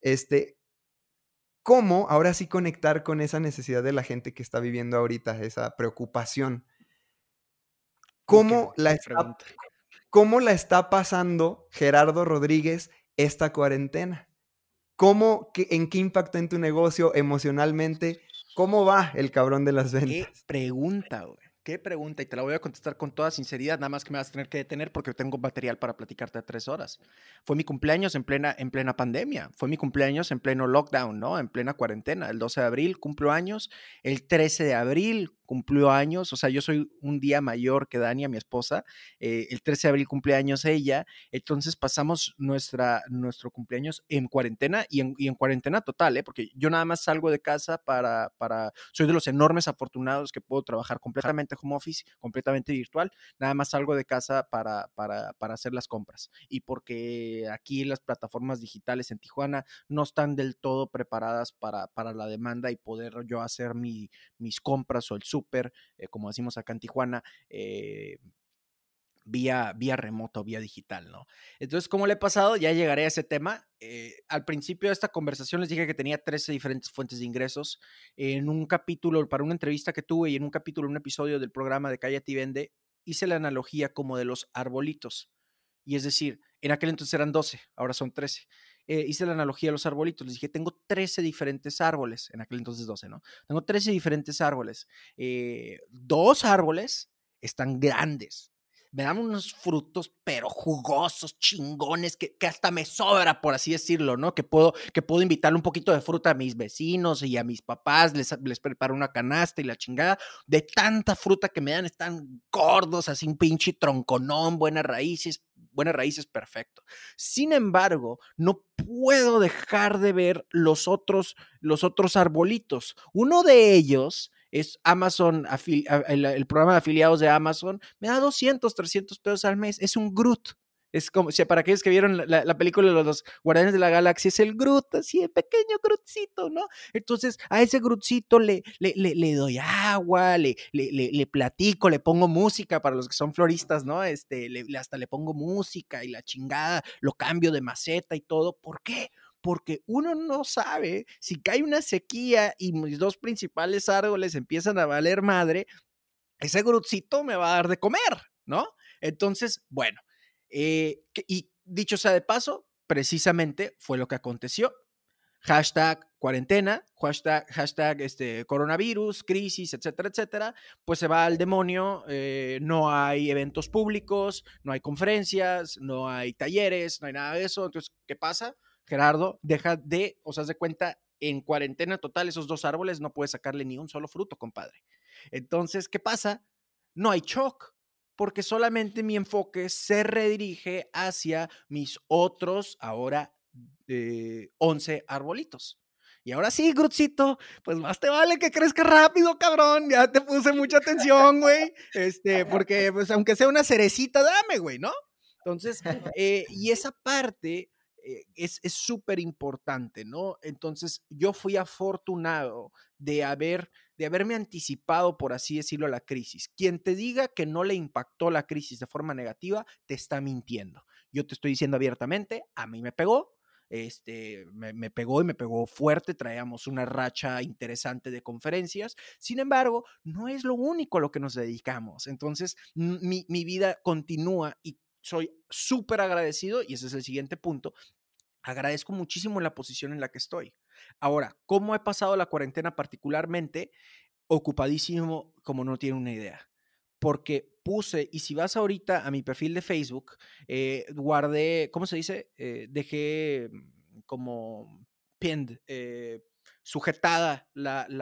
¿cómo ahora sí conectar con esa necesidad de la gente que está viviendo ahorita, esa preocupación? ¿Cómo la está pasando Gerardo Rodríguez esta cuarentena? ¿En qué impacta en tu negocio emocionalmente? ¿Cómo va el cabrón de las ventas? Qué pregunta, güey. Qué pregunta. Y te la voy a contestar con toda sinceridad, nada más que me vas a tener que detener porque tengo material para platicarte a 3 horas. Fue mi cumpleaños en plena pandemia. Fue mi cumpleaños en pleno lockdown, ¿no? En plena cuarentena. El 12 de abril cumplo años. El 13 de abril cumplió años. O sea, yo soy un día mayor que Dania, mi esposa. El 13 de abril cumpleaños ella. Entonces pasamos nuestro cumpleaños en cuarentena y en cuarentena total, ¿eh? Porque yo nada más salgo de casa soy de los enormes afortunados que puedo trabajar completamente home office, completamente virtual, nada más salgo de casa para hacer las compras. Y porque aquí las plataformas digitales en Tijuana no están del todo preparadas para la demanda y poder yo hacer mis compras o el súper, como decimos acá en Tijuana, vía remota o vía digital, ¿no? Entonces, ¿cómo le he pasado? Ya llegaré a ese tema. Al principio de esta conversación les dije que tenía 13 diferentes fuentes de ingresos. En un capítulo, para una entrevista que tuve y en un capítulo, un episodio del programa de Cállate y Vende, hice la analogía como de los arbolitos. Y es decir, en aquel entonces eran 12, ahora son 13. Hice la analogía de los arbolitos. Les dije, tengo 13 diferentes árboles. En aquel entonces 12, ¿no? Tengo 13 diferentes árboles. 2 árboles están grandes. Me dan unos frutos, pero jugosos, chingones, que hasta me sobra, por así decirlo, ¿no? Que puedo invitarle un poquito de fruta a mis vecinos y a mis papás, les preparo una canasta y la chingada. De tanta fruta que me dan, están gordos, así un pinche tronconón, buenas raíces, perfecto. Sin embargo, no puedo dejar de ver los otros arbolitos. Uno de ellos es Amazon, el programa de afiliados de Amazon, me da 200, 300 pesos al mes. Es un Groot. Es como, si para aquellos que vieron la película de los Guardianes de la Galaxia, es el Groot, así el pequeño Grootcito, ¿no? Entonces, a ese Grootcito le doy agua, le platico, le pongo música para los que son floristas, ¿no? Hasta le pongo música y la chingada, lo cambio de maceta y todo. ¿Por qué? Porque uno no sabe si cae una sequía y mis 2 principales árboles empiezan a valer madre, ese Grootcito me va a dar de comer, ¿no? Entonces, bueno, y dicho sea de paso, precisamente fue lo que aconteció. Hashtag cuarentena, hashtag coronavirus, crisis, etcétera, etcétera, pues se va al demonio, no hay eventos públicos, no hay conferencias, no hay talleres, no hay nada de eso. Entonces, ¿qué pasa? Gerardo o sea, haz de cuenta, en cuarentena total, esos 2 árboles no puedes sacarle ni un solo fruto, compadre. Entonces, ¿qué pasa? No hay shock, porque solamente mi enfoque se redirige hacia mis otros, ahora 11 arbolitos. Y ahora sí, Grootcito, pues más te vale que crezca rápido, cabrón. Ya te puse mucha atención, güey. Porque, pues, aunque sea una cerecita, dame, güey, ¿no? Entonces, y esa parte es súper importante, ¿no? Entonces, yo fui afortunado de haberme anticipado, por así decirlo, a la crisis. Quien te diga que no le impactó la crisis de forma negativa, te está mintiendo. Yo te estoy diciendo abiertamente, a mí me pegó. Me pegó y me pegó fuerte, traíamos una racha interesante de conferencias. Sin embargo, no es lo único a lo que nos dedicamos. Entonces, mi vida continúa y soy súper agradecido, y ese es el siguiente punto. Agradezco muchísimo la posición en la que estoy. Ahora, ¿cómo he pasado la cuarentena particularmente? Ocupadísimo, como no tiene una idea. Porque puse, y si vas ahorita a mi perfil de Facebook, guardé, ¿cómo se dice? Dejé como pinned, sujetada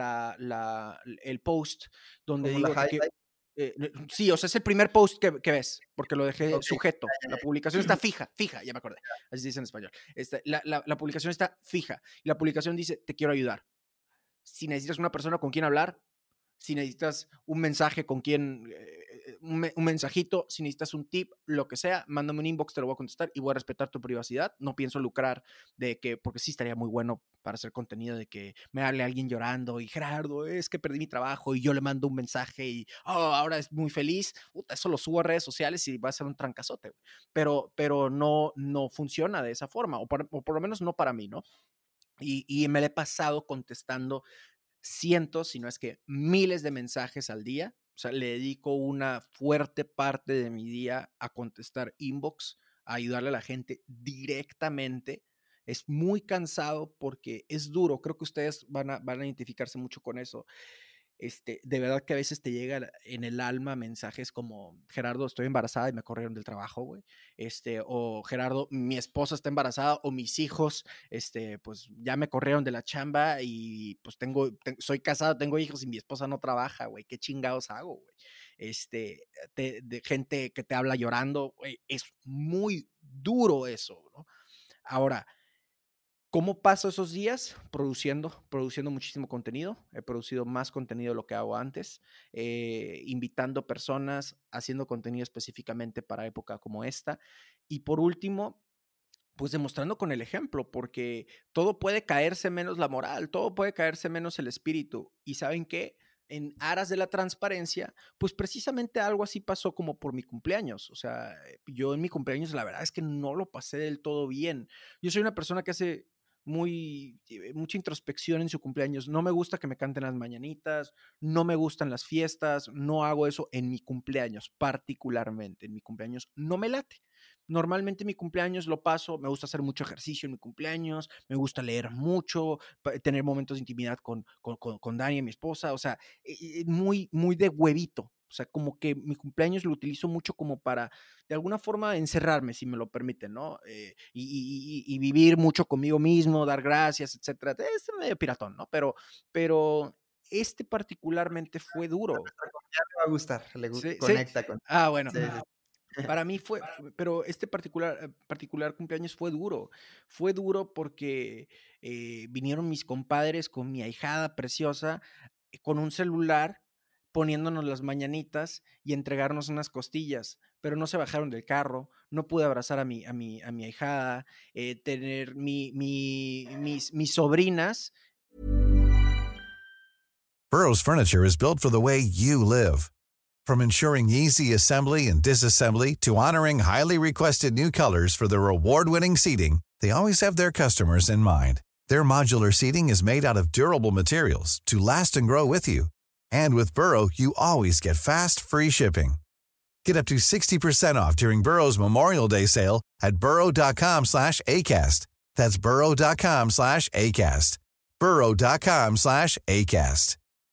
el post donde Como digo la que highlight. sí, o sea, es el primer post que ves, porque lo dejé sujeto. La publicación está fija, ya me acordé, así se dice en español. La publicación está fija y la publicación dice, te quiero ayudar. Si necesitas una persona con quien hablar, si necesitas un mensaje con quien un mensajito, si necesitas un tip, lo que sea, mándame un inbox, te lo voy a contestar y voy a respetar tu privacidad. No pienso lucrar de que, porque sí estaría muy bueno para hacer contenido de que me hable alguien llorando y Gerardo, es que perdí mi trabajo y yo le mando un mensaje y ahora es muy feliz. Puta, eso lo subo a redes sociales y va a ser un trancazote. Pero no funciona de esa forma, o por lo menos no para mí, ¿no? Y me le he pasado contestando cientos, si no es que miles de mensajes al día. O sea, le dedico una fuerte parte de mi día a contestar inbox, a ayudarle a la gente directamente. Es muy cansado porque es duro. Creo que ustedes van a identificarse mucho con eso. De verdad que a veces te llega en el alma mensajes como, Gerardo, estoy embarazada y me corrieron del trabajo, güey. O Gerardo, mi esposa está embarazada, o mis hijos, pues ya me corrieron de la chamba y pues soy casado, tengo hijos y mi esposa no trabaja, güey. ¿Qué chingados hago, güey? De gente que te habla llorando, güey. Es muy duro eso, ¿no? Ahora, ¿cómo paso esos días? Produciendo muchísimo contenido. He producido más contenido de lo que hago antes, invitando personas, haciendo contenido específicamente para época como esta. Y por último, pues demostrando con el ejemplo, porque todo puede caerse menos la moral, todo puede caerse menos el espíritu. ¿Y saben qué? En aras de la transparencia, pues precisamente algo así pasó como por mi cumpleaños. O sea, yo en mi cumpleaños la verdad es que no lo pasé del todo bien. Yo soy una persona que hace mucha introspección en su cumpleaños. No me gusta que me canten las mañanitas, no me gustan las fiestas, no hago eso en mi cumpleaños, particularmente. En mi cumpleaños no me late. Normalmente mi cumpleaños lo paso, me gusta hacer mucho ejercicio en mi cumpleaños, me gusta leer mucho, tener momentos de intimidad con Dani, mi esposa, o sea, muy, muy de huevito. O sea, como que mi cumpleaños lo utilizo mucho como para, de alguna forma, encerrarme, si me lo permiten, ¿no? Y vivir mucho conmigo mismo, dar gracias, etcétera. Es medio piratón, ¿no? Pero particularmente fue duro. Ya te va a gustar, Sí, conecta sí. con... Bueno. Sí. Para mí pero particular cumpleaños fue duro porque vinieron mis compadres con mi ahijada preciosa, con un celular, poniéndonos las mañanitas y entregarnos unas costillas, pero no se bajaron del carro, no pude abrazar a mi ahijada, tener mis sobrinas. Burrow's furniture is built for the way you live. From ensuring easy assembly and disassembly to honoring highly requested new colors for their award-winning seating, they always have their customers in mind. Their modular seating is made out of durable materials to last and grow with you. And with Burrow, you always get fast, free shipping. Get up to 60% off during Burrow's Memorial Day sale at burrow.com/ACAST. That's burrow.com/ACAST. burrow.com/ACAST.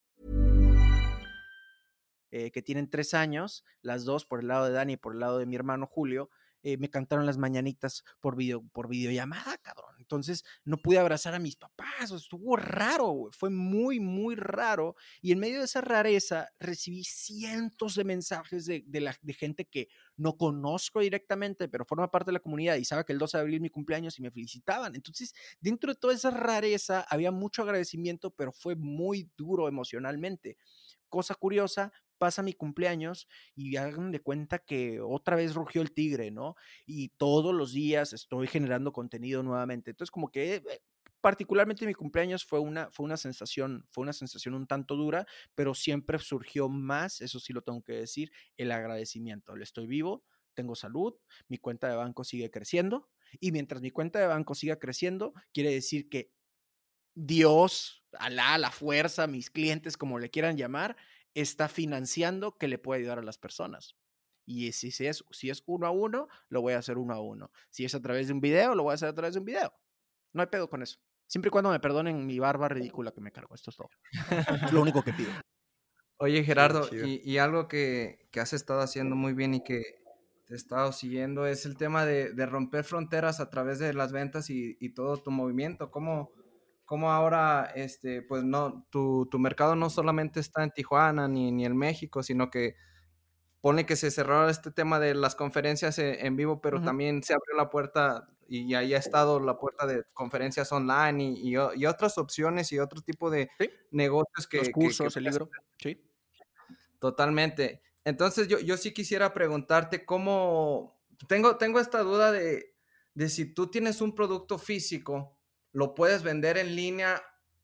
Que tienen 3 años, las dos por el lado de Dani y por el lado de mi hermano Julio, me cantaron las mañanitas por videollamada, cabrón. Entonces no pude abrazar a mis papás, estuvo raro, güey. Fue muy, muy raro. Y en medio de esa rareza recibí cientos de mensajes de gente que no conozco directamente, pero forma parte de la comunidad y sabe que el 12 de abril es mi cumpleaños y me felicitaban. Entonces, dentro de toda esa rareza había mucho agradecimiento, pero fue muy duro emocionalmente. Cosa curiosa, pasa mi cumpleaños y hagan de cuenta que otra vez rugió el tigre, ¿no? Y todos los días estoy generando contenido nuevamente. Entonces, como que particularmente mi cumpleaños fue una sensación un tanto dura, pero siempre surgió más, eso sí lo tengo que decir, el agradecimiento. Estoy vivo, tengo salud, mi cuenta de banco sigue creciendo y mientras mi cuenta de banco siga creciendo, quiere decir que Dios, Alá, la fuerza, mis clientes, como le quieran llamar, está financiando que le pueda ayudar a las personas. Y si es 1 a 1, lo voy a hacer 1 a 1. Si es a través de un video, lo voy a hacer a través de un video. No hay pedo con eso. Siempre y cuando me perdonen mi barba ridícula que me cargo. Esto es todo. Es lo único que pido. Oye, Gerardo, Chido. Y algo que has estado haciendo muy bien y que te he estado siguiendo es el tema de romper fronteras a través de las ventas y todo tu movimiento. ¿Cómo ahora, pues no, tu mercado no solamente está en Tijuana ni en México, sino que pone que se cerró este tema de las conferencias en vivo, pero también se abrió la puerta y ahí ha estado la puerta de conferencias online y otras opciones y otro tipo de negocios Los cursos, el libro. Sí. Totalmente. Entonces yo sí quisiera preguntarte cómo, tengo esta duda de si tú tienes un producto físico, lo puedes vender en línea,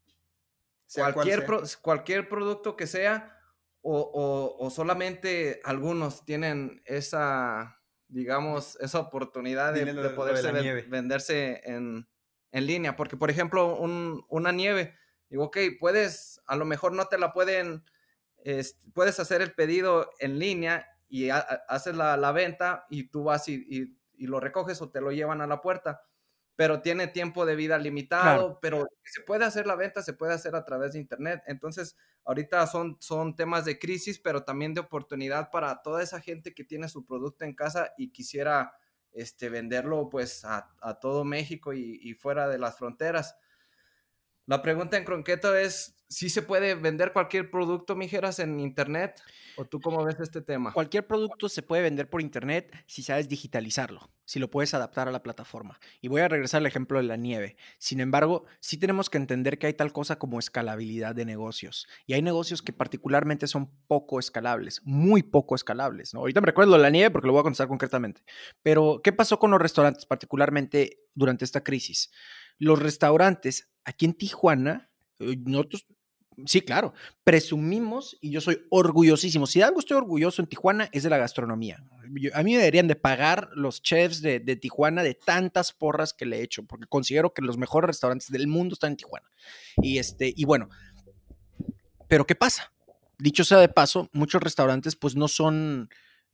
Sea cual sea. cualquier producto que sea, o solamente algunos tienen esa, digamos, esa oportunidad de Dile lo de poderse la nieve. venderse en línea. Porque, por ejemplo, una nieve, digo, ok, a lo mejor no te la pueden, puedes hacer el pedido en línea y haces la venta y tú vas y lo recoges o te lo llevan a la puerta, pero tiene tiempo de vida limitado, pero se puede hacer la venta, se puede hacer a través de internet. Entonces, ahorita son temas de crisis, pero también de oportunidad para toda esa gente que tiene su producto en casa y quisiera venderlo pues a todo México y fuera de las fronteras. La pregunta en concreto es, ¿sí se puede vender cualquier producto, Mijeras, en internet? ¿O tú cómo ves este tema? Cualquier producto se puede vender por internet si sabes digitalizarlo, si lo puedes adaptar a la plataforma. Y voy a regresar al ejemplo de la nieve. Sin embargo, sí tenemos que entender que hay tal cosa como escalabilidad de negocios. Y hay negocios que particularmente son poco escalables, muy poco escalables, ¿no? Ahorita me recuerdo la nieve porque lo voy a contestar concretamente. Pero, ¿qué pasó con los restaurantes, particularmente durante esta crisis? Los restaurantes aquí en Tijuana, nosotros... Sí, claro. Presumimos, y yo soy orgullosísimo. Si de algo estoy orgulloso en Tijuana es de la gastronomía. A mí me deberían de pagar los chefs de Tijuana de tantas porras que le he hecho, porque considero que los mejores restaurantes del mundo están en Tijuana. Y bueno, pero ¿qué pasa? Dicho sea de paso, muchos restaurantes pues no son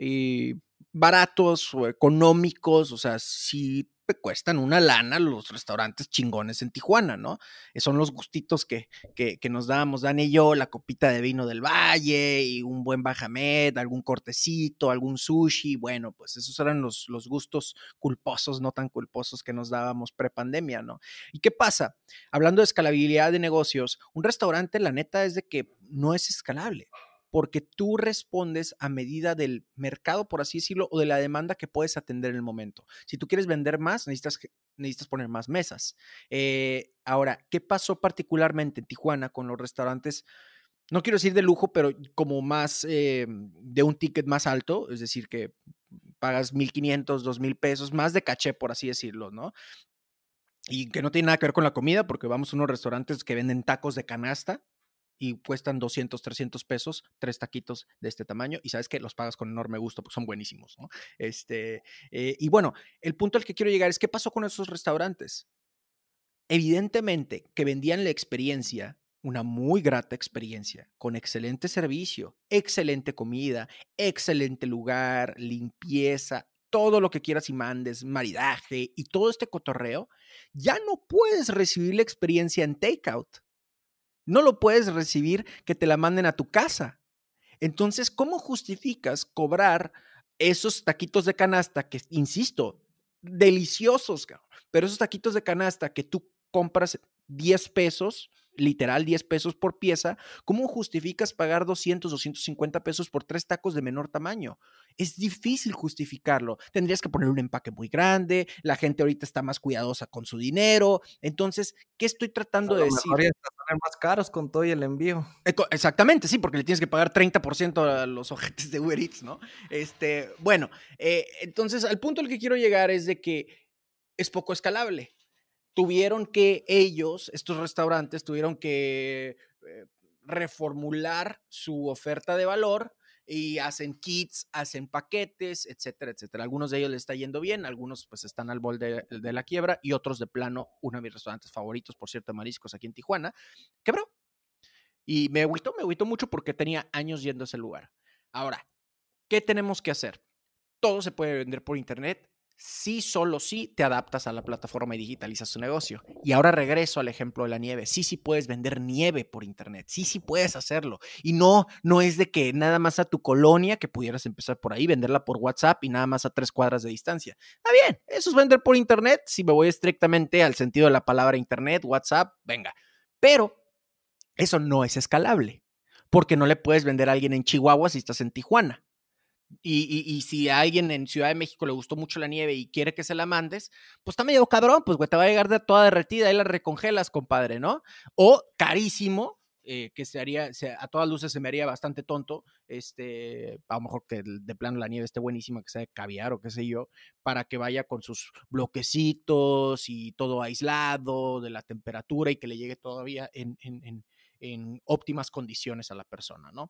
baratos o económicos, o sea, sí te cuestan una lana los restaurantes chingones en Tijuana, ¿no? Son los gustitos que nos dábamos, Dani y yo, la copita de vino del Valle y un buen bajamet, algún cortecito, algún sushi, bueno, pues esos eran los gustos culposos, no tan culposos que nos dábamos pre-pandemia, ¿no? ¿Y qué pasa? Hablando de escalabilidad de negocios, un restaurante, la neta, es de que no es escalable, porque tú respondes a medida del mercado, por así decirlo, o de la demanda que puedes atender en el momento. Si tú quieres vender más, necesitas poner más mesas. Ahora, ¿qué pasó particularmente en Tijuana con los restaurantes? No quiero decir de lujo, pero como más de un ticket más alto, es decir, que pagas 1,500, 2,000 pesos, más de caché, por así decirlo, ¿no? Y que no tiene nada que ver con la comida, porque vamos a unos restaurantes que venden tacos de canasta y cuestan 200, 300 pesos, 3 taquitos de este tamaño, y sabes que los pagas con enorme gusto, porque son buenísimos, ¿no? Y bueno, el punto al que quiero llegar es, ¿qué pasó con esos restaurantes? Evidentemente que vendían la experiencia, una muy grata experiencia, con excelente servicio, excelente comida, excelente lugar, limpieza, todo lo que quieras y mandes, maridaje y todo este cotorreo. Ya no puedes recibir la experiencia en takeout. No lo puedes recibir que te la manden a tu casa. Entonces, ¿cómo justificas cobrar esos taquitos de canasta que, insisto, deliciosos, pero esos taquitos de canasta que tú compras 10 pesos, literal 10 pesos por pieza, ¿cómo justificas pagar 200, 250 pesos por 3 tacos de menor tamaño? Es difícil justificarlo. Tendrías que poner un empaque muy grande, la gente ahorita está más cuidadosa con su dinero. Entonces, ¿qué estoy tratando de decir? A lo mejor ya salen más caros con todo y el envío. Exactamente, sí, porque le tienes que pagar 30% a los ojetes de Uber Eats, ¿no? Bueno, entonces al punto al que quiero llegar es de que es poco escalable. Estos restaurantes tuvieron que reformular su oferta de valor y hacen kits, hacen paquetes, etcétera, etcétera. Algunos de ellos les está yendo bien, algunos pues están al borde de la quiebra y otros de plano, uno de mis restaurantes favoritos, por cierto, de mariscos aquí en Tijuana, quebró. Y me agüitó mucho porque tenía años yendo a ese lugar. Ahora, ¿qué tenemos que hacer? Todo se puede vender por internet, sí, solo si te adaptas a la plataforma y digitalizas tu negocio. Y ahora regreso al ejemplo de la nieve. Sí puedes vender nieve por internet. Sí puedes hacerlo. Y no es de que nada más a tu colonia, que pudieras empezar por ahí, venderla por WhatsApp y nada más a 3 cuadras de distancia. Está bien, eso es vender por internet. Si me voy estrictamente al sentido de la palabra internet, WhatsApp, venga. Pero eso no es escalable, porque no le puedes vender a alguien en Chihuahua si estás en Tijuana. Y si a alguien en Ciudad de México le gustó mucho la nieve y quiere que se la mandes, pues está medio cabrón, pues güey, te va a llegar toda derretida y la recongelas, compadre, ¿no? O carísimo, que a todas luces se me haría bastante tonto, a lo mejor que de plano la nieve esté buenísima, que sea de caviar o qué sé yo, para que vaya con sus bloquecitos y todo aislado de la temperatura y que le llegue todavía en óptimas condiciones a la persona, ¿no?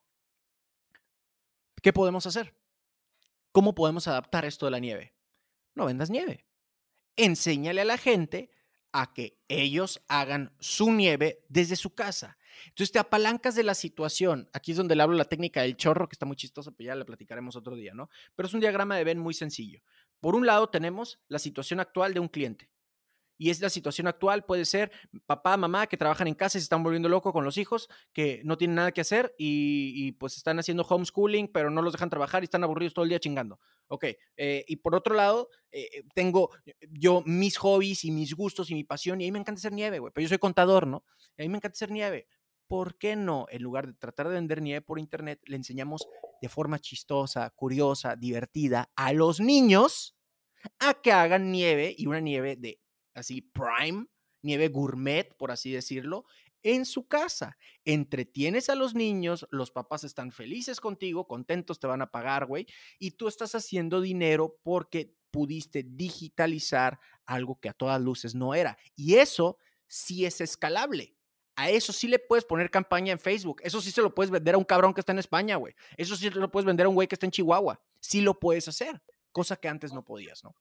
¿Qué podemos hacer? ¿Cómo podemos adaptar esto de la nieve? No vendas nieve. Enséñale a la gente a que ellos hagan su nieve desde su casa. Entonces te apalancas de la situación. Aquí es donde le hablo la técnica del chorro, que está muy chistosa, pero ya la platicaremos otro día, ¿no? Pero es un diagrama de Venn muy sencillo. Por un lado tenemos la situación actual de un cliente. Y es la situación actual, puede ser papá, mamá que trabajan en casa y se están volviendo locos con los hijos, que no tienen nada que hacer y pues están haciendo homeschooling, pero no los dejan trabajar y están aburridos todo el día chingando. Ok, y por otro lado, tengo yo mis hobbies y mis gustos y mi pasión, y a mí me encanta hacer nieve, güey, pero yo soy contador, ¿no? Y a mí me encanta hacer nieve. ¿Por qué no, en lugar de tratar de vender nieve por internet, le enseñamos de forma chistosa, curiosa, divertida a los niños a que hagan nieve, y una nieve de así prime, nieve gourmet, por así decirlo, en su casa? Entretienes a los niños, los papás están felices contigo, contentos, te van a pagar, güey, y tú estás haciendo dinero porque pudiste digitalizar algo que a todas luces no era. Y eso sí es escalable. A eso sí le puedes poner campaña en Facebook. Eso sí se lo puedes vender a un cabrón que está en España, güey. Eso sí se lo puedes vender a un güey que está en Chihuahua. Sí lo puedes hacer, cosa que antes no podías, ¿no?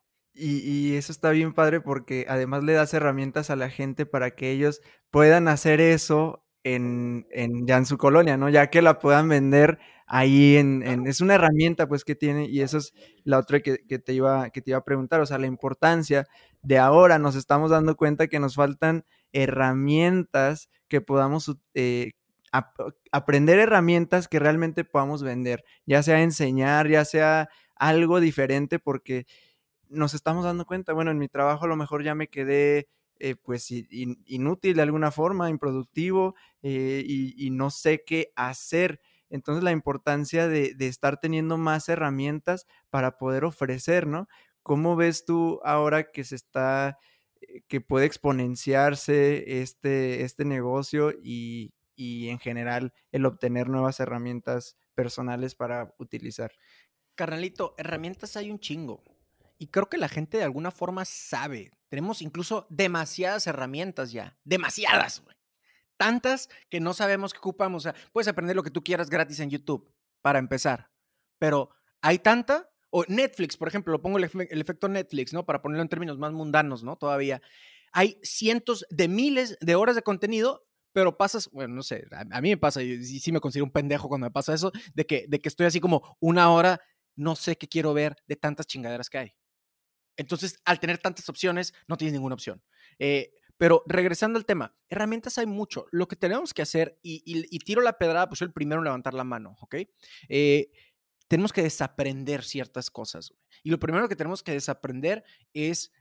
Y eso está bien padre porque además le das herramientas a la gente para que ellos puedan hacer eso ya en su colonia, ¿no? Ya que la puedan vender ahí es una herramienta pues que tiene, y eso es la otra que te iba a preguntar, o sea, la importancia de ahora. Nos estamos dando cuenta que nos faltan herramientas que podamos aprender, herramientas que realmente podamos vender, ya sea enseñar, ya sea algo diferente, porque nos estamos dando cuenta, bueno, en mi trabajo a lo mejor ya me quedé pues inútil de alguna forma, improductivo, y no sé qué hacer. Entonces la importancia de estar teniendo más herramientas para poder ofrecer, ¿no? ¿Cómo ves tú ahora que que puede exponenciarse este negocio y en general el obtener nuevas herramientas personales para utilizar? Carnalito, herramientas hay un chingo. Y creo que la gente de alguna forma sabe. Tenemos incluso demasiadas herramientas ya. Demasiadas, güey. Tantas que no sabemos qué ocupamos. O sea, puedes aprender lo que tú quieras gratis en YouTube, para empezar. Pero hay tanta. O Netflix, por ejemplo, lo pongo el efecto Netflix, ¿no? Para ponerlo en términos más mundanos, ¿no? Todavía. Hay cientos de miles de horas de contenido, pero pasas, bueno, no sé, a mí me pasa, y sí me considero un pendejo cuando me pasa eso, de que estoy así como una hora, no sé qué quiero ver de tantas chingaderas que hay. Entonces, al tener tantas opciones, no tienes ninguna opción. Pero regresando al tema, herramientas hay mucho. Lo que tenemos que hacer, y tiro la pedrada, pues soy el primero en levantar la mano, ¿ok? Tenemos que desaprender ciertas cosas. Y lo primero que tenemos que desaprender es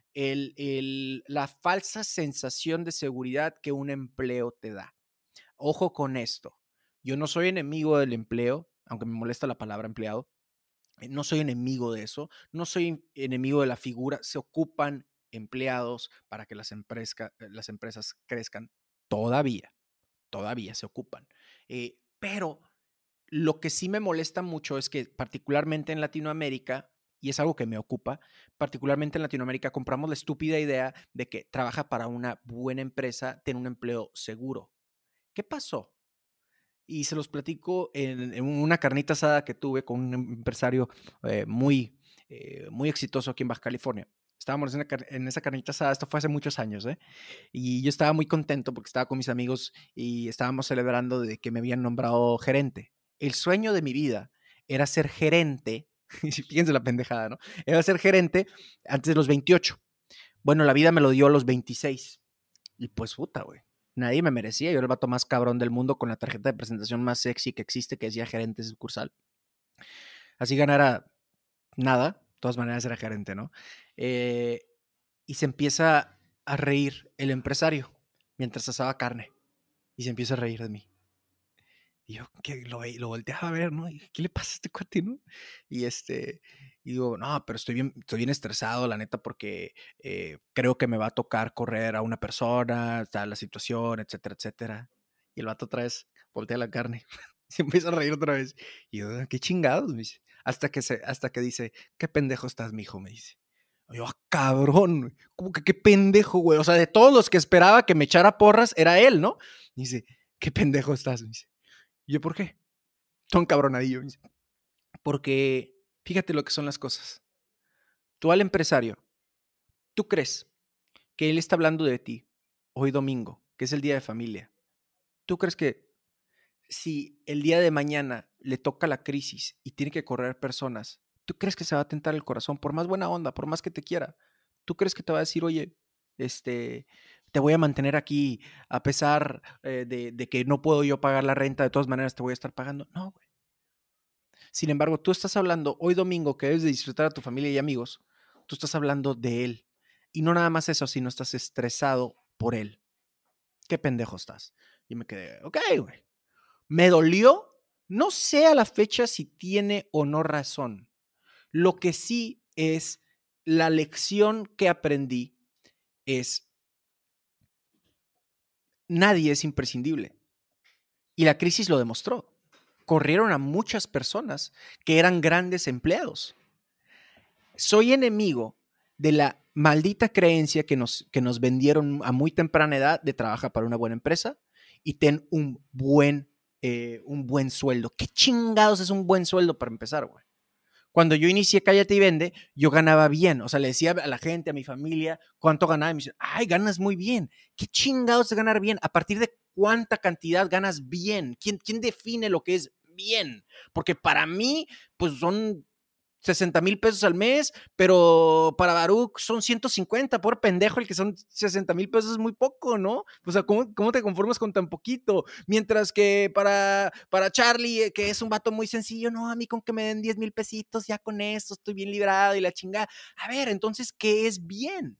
la falsa sensación de seguridad que un empleo te da. Ojo con esto. Yo no soy enemigo del empleo, aunque me molesta la palabra empleado. No soy enemigo de eso, no soy enemigo de la figura. Se ocupan empleados para que las empresas crezcan. Todavía se ocupan. Pero lo que sí me molesta mucho es que particularmente en Latinoamérica, y es algo que me ocupa, particularmente en Latinoamérica, compramos la estúpida idea de que trabaja para una buena empresa, tiene un empleo seguro. ¿Qué pasó? Y se los platico en una carnita asada que tuve con un empresario muy exitoso aquí en Baja California. Estábamos en esa carnita asada, esto fue hace muchos años, y yo estaba muy contento porque estaba con mis amigos y estábamos celebrando de que me habían nombrado gerente. El sueño de mi vida era ser gerente, fíjense la pendejada, ¿no? Era ser gerente antes de los 28. Bueno, la vida me lo dio a los 26. Y pues puta, güey. Nadie me merecía. Yo era el vato más cabrón del mundo con la tarjeta de presentación más sexy que existe, que decía gerente sucursal. Así ganara nada. De todas maneras era gerente, ¿no? Y se empieza a reír el empresario mientras asaba carne. Y se empieza a reír de mí. Y yo que lo volteaba a ver, ¿no? Y, ¿qué le pasa a este cuate, no? Y digo, no, pero estoy bien estresado, la neta, porque creo que me va a tocar correr a una persona, está la situación, etcétera, etcétera. Y el vato otra vez voltea la carne. Se empieza a reír otra vez. Y yo, qué chingados, me dice. Hasta que dice, qué pendejo estás, mijo, me dice. Y yo, cabrón, güey. ¿Cómo que qué pendejo, güey? O sea, de todos los que esperaba que me echara porras, era él, ¿no? Y dice, qué pendejo estás, me dice. Y yo, ¿por qué? Son cabronadillo, me dice. Porque fíjate lo que son las cosas. Tú al empresario, ¿tú crees que él está hablando de ti hoy domingo, que es el día de familia? ¿Tú crees que si el día de mañana le toca la crisis y tiene que correr personas, ¿tú crees que se va a tentar el corazón por más buena onda, por más que te quiera? ¿Tú crees que te va a decir, oye, te voy a mantener aquí a pesar de que no puedo yo pagar la renta, de todas maneras te voy a estar pagando? No, güey. Sin embargo, tú estás hablando hoy domingo que debes de disfrutar a tu familia y amigos, tú estás hablando de él. Y no nada más eso, sino estás estresado por él. Qué pendejo estás. Y me quedé, ok, güey. Me dolió. No sé a la fecha si tiene o no razón. Lo que sí es la lección que aprendí es nadie es imprescindible. Y la crisis lo demostró. Corrieron a muchas personas que eran grandes empleados. Soy enemigo de la maldita creencia que nos vendieron a muy temprana edad de trabajar para una buena empresa y ten un buen sueldo. ¿Qué chingados es un buen sueldo para empezar, güey? Cuando yo inicié Cállate y Vende, yo ganaba bien. O sea, le decía a la gente, a mi familia, cuánto ganaba. Y me decían, ay, ganas muy bien. ¿Qué chingados es ganar bien? ¿A partir de cuánta cantidad ganas bien? ¿Quién define lo que es bien? Porque para mí, pues son 60,000 pesos al mes, pero para Baruch son 150, por pendejo, el que son 60,000 pesos es muy poco, ¿no? O sea, ¿cómo te conformas con tan poquito? Mientras que para Charlie, que es un vato muy sencillo, no, a mí con que me den 10,000 pesitos, ya con eso estoy bien librado y la chingada. A ver, entonces, ¿qué es bien?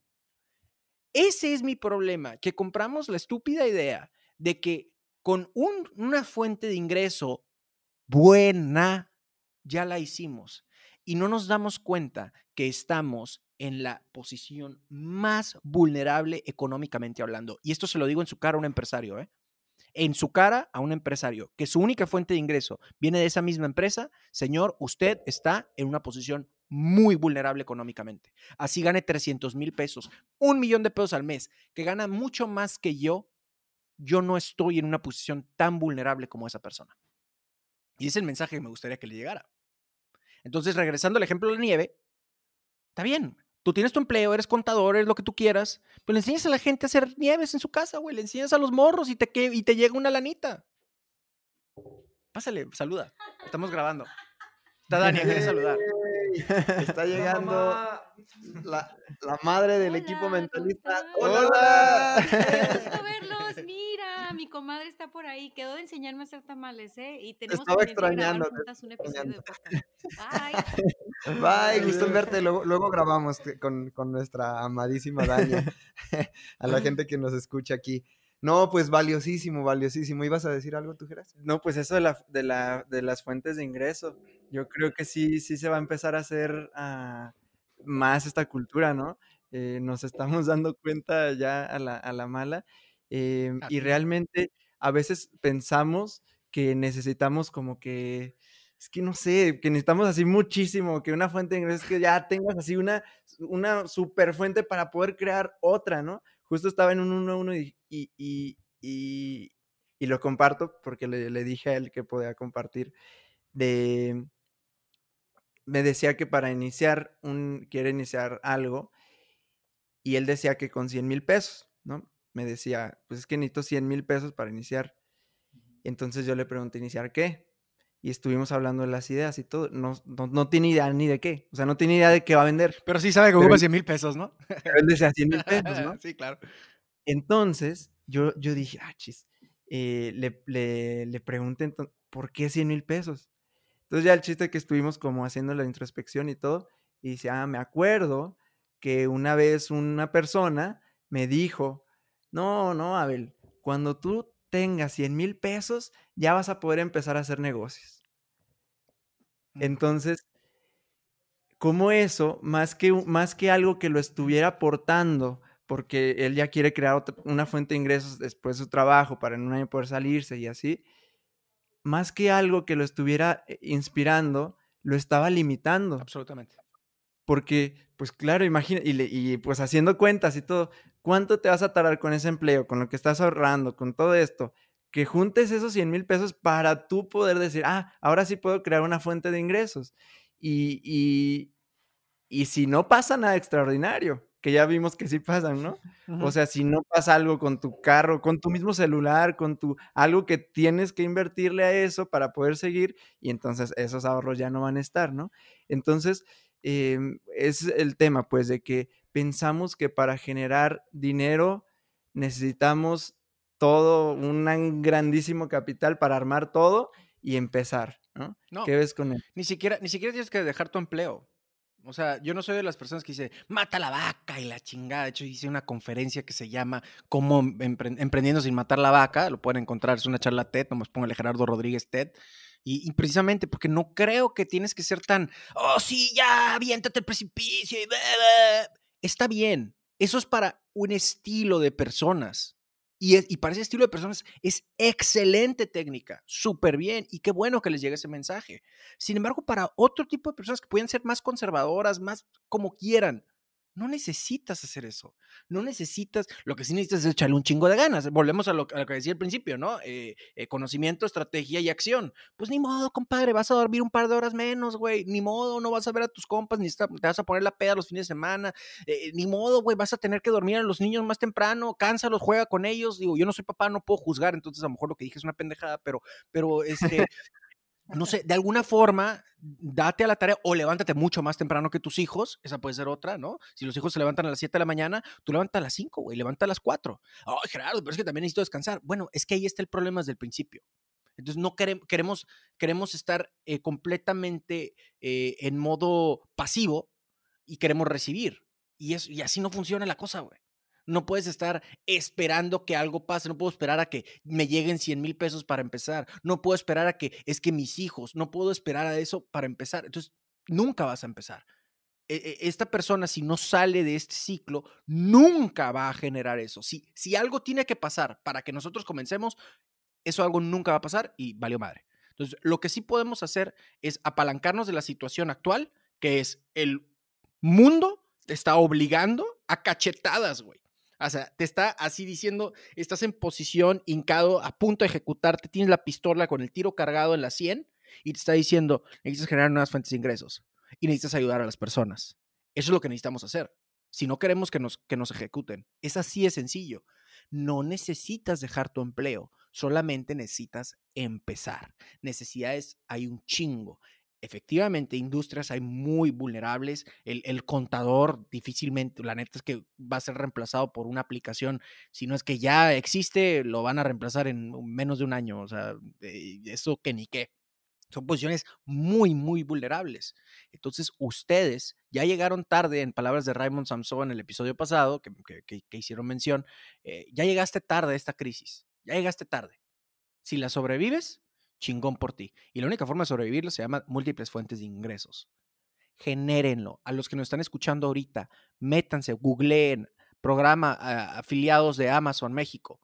Ese es mi problema, que compramos la estúpida idea de que con una fuente de ingreso buena, ya la hicimos. Y no nos damos cuenta que estamos en la posición más vulnerable económicamente hablando. Y esto se lo digo en su cara a un empresario, ¿eh? En su cara a un empresario, que su única fuente de ingreso viene de esa misma empresa, señor, usted está en una posición muy vulnerable económicamente. Así gane 300,000 pesos, 1,000,000 de pesos al mes, que gana mucho más que yo no estoy en una posición tan vulnerable como esa persona. Y es el mensaje que me gustaría que le llegara. Entonces, regresando al ejemplo de la nieve, está bien. Tú tienes tu empleo, eres contador, eres lo que tú quieras, pero le enseñas a la gente a hacer nieves en su casa, güey. Le enseñas a los morros y te llega una lanita. Pásale, saluda. Estamos grabando. Está Dani, quiere saludar. Está llegando la madre del Hola, equipo ¿cómo mentalista. están? ¡Hola! Qué gusto verlos. Mira, mi comadre está por ahí. Quedó de enseñarme a hacer tamales, ¿eh? Y tenemos estaba pendiente de grabar extrañando, juntas un episodio de podcast. Bye. Bye, gusto en verte. Luego grabamos con nuestra amadísima Dania. A la gente que nos escucha aquí. No, pues valiosísimo, valiosísimo. ¿Ibas a decir algo tú, Geras? No, pues eso de las fuentes de ingreso, yo creo que sí se va a empezar a hacer más esta cultura, ¿no? Nos estamos dando cuenta ya a la mala, y realmente a veces pensamos que necesitamos como que, es que no sé, que necesitamos así muchísimo, que una fuente de ingresos, que ya tengas así una super fuente para poder crear otra, ¿no? Justo estaba en un 1-1 y lo comparto porque le dije a él que podía compartir. Me decía que para quiere iniciar algo, y él decía que con 100,000 pesos, ¿no? Me decía, pues es que necesito 100,000 pesos para iniciar. Entonces yo le pregunté, ¿iniciar qué? Y estuvimos hablando de las ideas y todo. No tiene idea ni de qué. O sea, no tiene idea de qué va a vender. Pero sí sabe que ocupa 100,000 pesos, ¿no? Pero él decía 100,000 pesos, ¿no? Sí, claro. Entonces, yo dije, chis, le pregunté, ¿por qué 100,000 pesos? Entonces ya el chiste que estuvimos como haciendo la introspección y todo, y dice, me acuerdo que una vez una persona me dijo, no, Abel, cuando tú tengas 100,000 pesos, ya vas a poder empezar a hacer negocios. Entonces, como eso, más que algo que lo estuviera aportando porque él ya quiere crear una fuente de ingresos después de su trabajo para en un año poder salirse y así, más que algo que lo estuviera inspirando, lo estaba limitando. Absolutamente. Porque, pues claro, imagina, y pues haciendo cuentas y todo, ¿cuánto te vas a tardar con ese empleo, con lo que estás ahorrando, con todo esto? Que juntes esos 100,000 pesos para tú poder decir, ahora sí puedo crear una fuente de ingresos. Y si no pasa nada extraordinario, que ya vimos que sí pasan, ¿no? O sea, si no pasa algo con tu carro, con tu mismo celular, algo que tienes que invertirle a eso para poder seguir, y entonces esos ahorros ya no van a estar, ¿no? Entonces, es el tema, pues, de que pensamos que para generar dinero necesitamos todo, un grandísimo capital para armar todo y empezar, ¿no? No, ¿Qué ves con él? ni siquiera tienes que dejar tu empleo. O sea, yo no soy de las personas que dice, mata la vaca y la chingada. De hecho, hice una conferencia que se llama Cómo Emprendiendo sin matar la vaca. Lo pueden encontrar, es una charla TED, nomás póngale Gerardo Rodríguez TED. Y precisamente porque no creo que tienes que ser tan, oh, sí, ya, aviéntate el precipicio. Está bien. Eso es para un estilo de personas. Y para ese estilo de personas es excelente técnica, súper bien, y qué bueno que les llegue ese mensaje. Sin embargo, para otro tipo de personas que pueden ser más conservadoras, más como quieran, no necesitas hacer eso. No necesitas, lo que sí necesitas es echarle un chingo de ganas. Volvemos a lo que decía al principio, ¿no? Conocimiento, estrategia y acción. Pues ni modo, compadre, vas a dormir un par de horas menos, güey. Ni modo, no vas a ver a tus compas, ni te vas a poner la peda los fines de semana. Ni modo, güey, vas a tener que dormir a los niños más temprano, cánsalos, juega con ellos. Digo, yo no soy papá, no puedo juzgar, entonces a lo mejor lo que dije es una pendejada, pero no sé, de alguna forma, date a la tarea o levántate mucho más temprano que tus hijos. Esa puede ser otra, ¿no? Si los hijos se levantan a las 7 de la mañana, tú levantas a las 5, güey, levanta a las 4. Ay, Gerardo, pero es que también necesito descansar. Bueno, es que ahí está el problema desde el principio. Entonces, no queremos estar completamente en modo pasivo y queremos recibir. Y así no funciona la cosa, güey. No puedes estar esperando que algo pase, no puedo esperar a que me lleguen 100,000 pesos para empezar, no puedo esperar a que es que mis hijos, no puedo esperar a eso para empezar. Entonces, nunca vas a empezar. Esta persona, si no sale de este ciclo, nunca va a generar eso. Si algo tiene que pasar para que nosotros comencemos, eso algo nunca va a pasar y valió madre. Entonces, lo que sí podemos hacer es apalancarnos de la situación actual, que es el mundo te está obligando a cachetadas, güey. O sea, te está así diciendo, estás en posición, hincado, a punto de ejecutarte, tienes la pistola con el tiro cargado en la 100 y te está diciendo, necesitas generar nuevas fuentes de ingresos y necesitas ayudar a las personas. Eso es lo que necesitamos hacer. Si no queremos que nos ejecuten, es así de sencillo. No necesitas dejar tu empleo, solamente necesitas empezar. Necesidades hay un chingo. Efectivamente, industrias hay muy vulnerables. El contador difícilmente, la neta es que va a ser reemplazado por una aplicación. Si no es que ya existe, lo van a reemplazar en menos de un año. O sea, eso que ni qué. Son posiciones muy, muy vulnerables. Entonces, ustedes ya llegaron tarde, en palabras de Raymond Samson en el episodio pasado, que hicieron mención, ya llegaste tarde a esta crisis. Ya llegaste tarde. Si la sobrevives, chingón por ti. Y la única forma de sobrevivirlo se llama múltiples fuentes de ingresos. Genérenlo. A los que nos están escuchando ahorita, métanse, googleen, programa afiliados de Amazon México.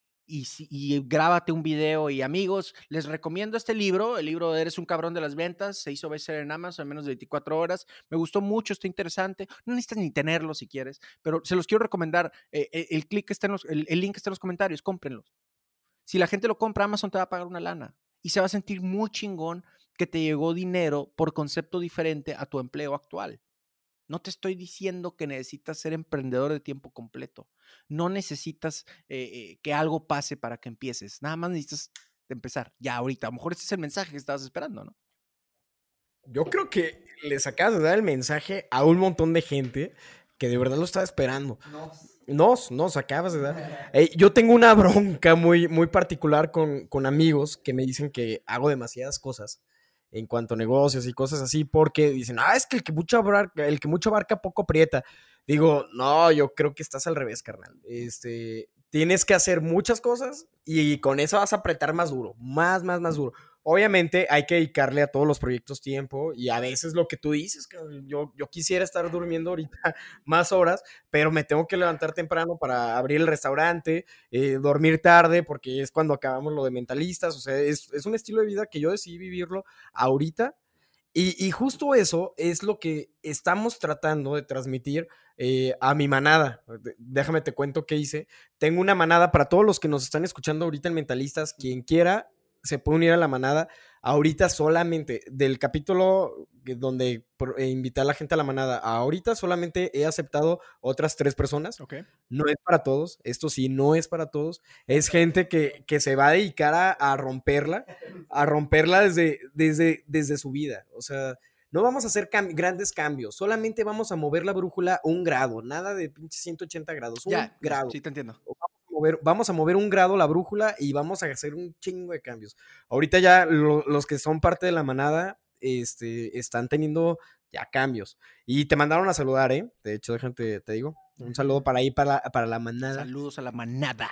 Y grábate un video. Y amigos, les recomiendo este libro, el libro de Eres un cabrón de las ventas. Se hizo bestseller en Amazon en menos de 24 horas. Me gustó mucho, está interesante. No necesitas ni tenerlo si quieres, pero se los quiero recomendar. El link está en los comentarios, cómprenlos. Si la gente lo compra, Amazon te va a pagar una lana y se va a sentir muy chingón que te llegó dinero por concepto diferente a tu empleo actual. No te estoy diciendo que necesitas ser emprendedor de tiempo completo. No necesitas que algo pase para que empieces. Nada más necesitas empezar ya ahorita. A lo mejor este es el mensaje que estabas esperando, ¿no? Yo creo que les acabas de dar el mensaje a un montón de gente que de verdad lo estaba esperando. Nos acabas de dar. Yo tengo una bronca muy, muy particular con amigos que me dicen que hago demasiadas cosas en cuanto a negocios y cosas así, porque dicen, es que el que mucho abarca poco aprieta. Digo, no, yo creo que estás al revés, carnal. Tienes que hacer muchas cosas y con eso vas a apretar más duro, más duro. Obviamente hay que dedicarle a todos los proyectos tiempo y a veces lo que tú dices, que yo quisiera estar durmiendo ahorita más horas, pero me tengo que levantar temprano para abrir el restaurante, dormir tarde porque es cuando acabamos lo de Mentalistas, o sea, es un estilo de vida que yo decidí vivirlo ahorita y justo eso es lo que estamos tratando de transmitir a mi manada. Déjame te cuento qué hice. Tengo una manada para todos los que nos están escuchando ahorita en Mentalistas, quien quiera se puede unir a la manada. Ahorita solamente del capítulo donde invité a la gente a la manada, ahorita solamente he aceptado otras 3 personas. Ok. No es para todos, esto sí, no es para todos. Es gente que se va a dedicar a romperla desde su vida. O sea, no vamos a hacer grandes cambios, solamente vamos a mover la brújula 1 grado, nada de pinche 180 grados, 1 grado. Sí, te entiendo. Vamos a mover 1 grado la brújula y vamos a hacer un chingo de cambios. Ahorita ya los que son parte de la manada están teniendo ya cambios. Y te mandaron a saludar, ¿eh? De hecho, déjate, te digo. Un saludo para ahí, para la manada. Saludos a la manada.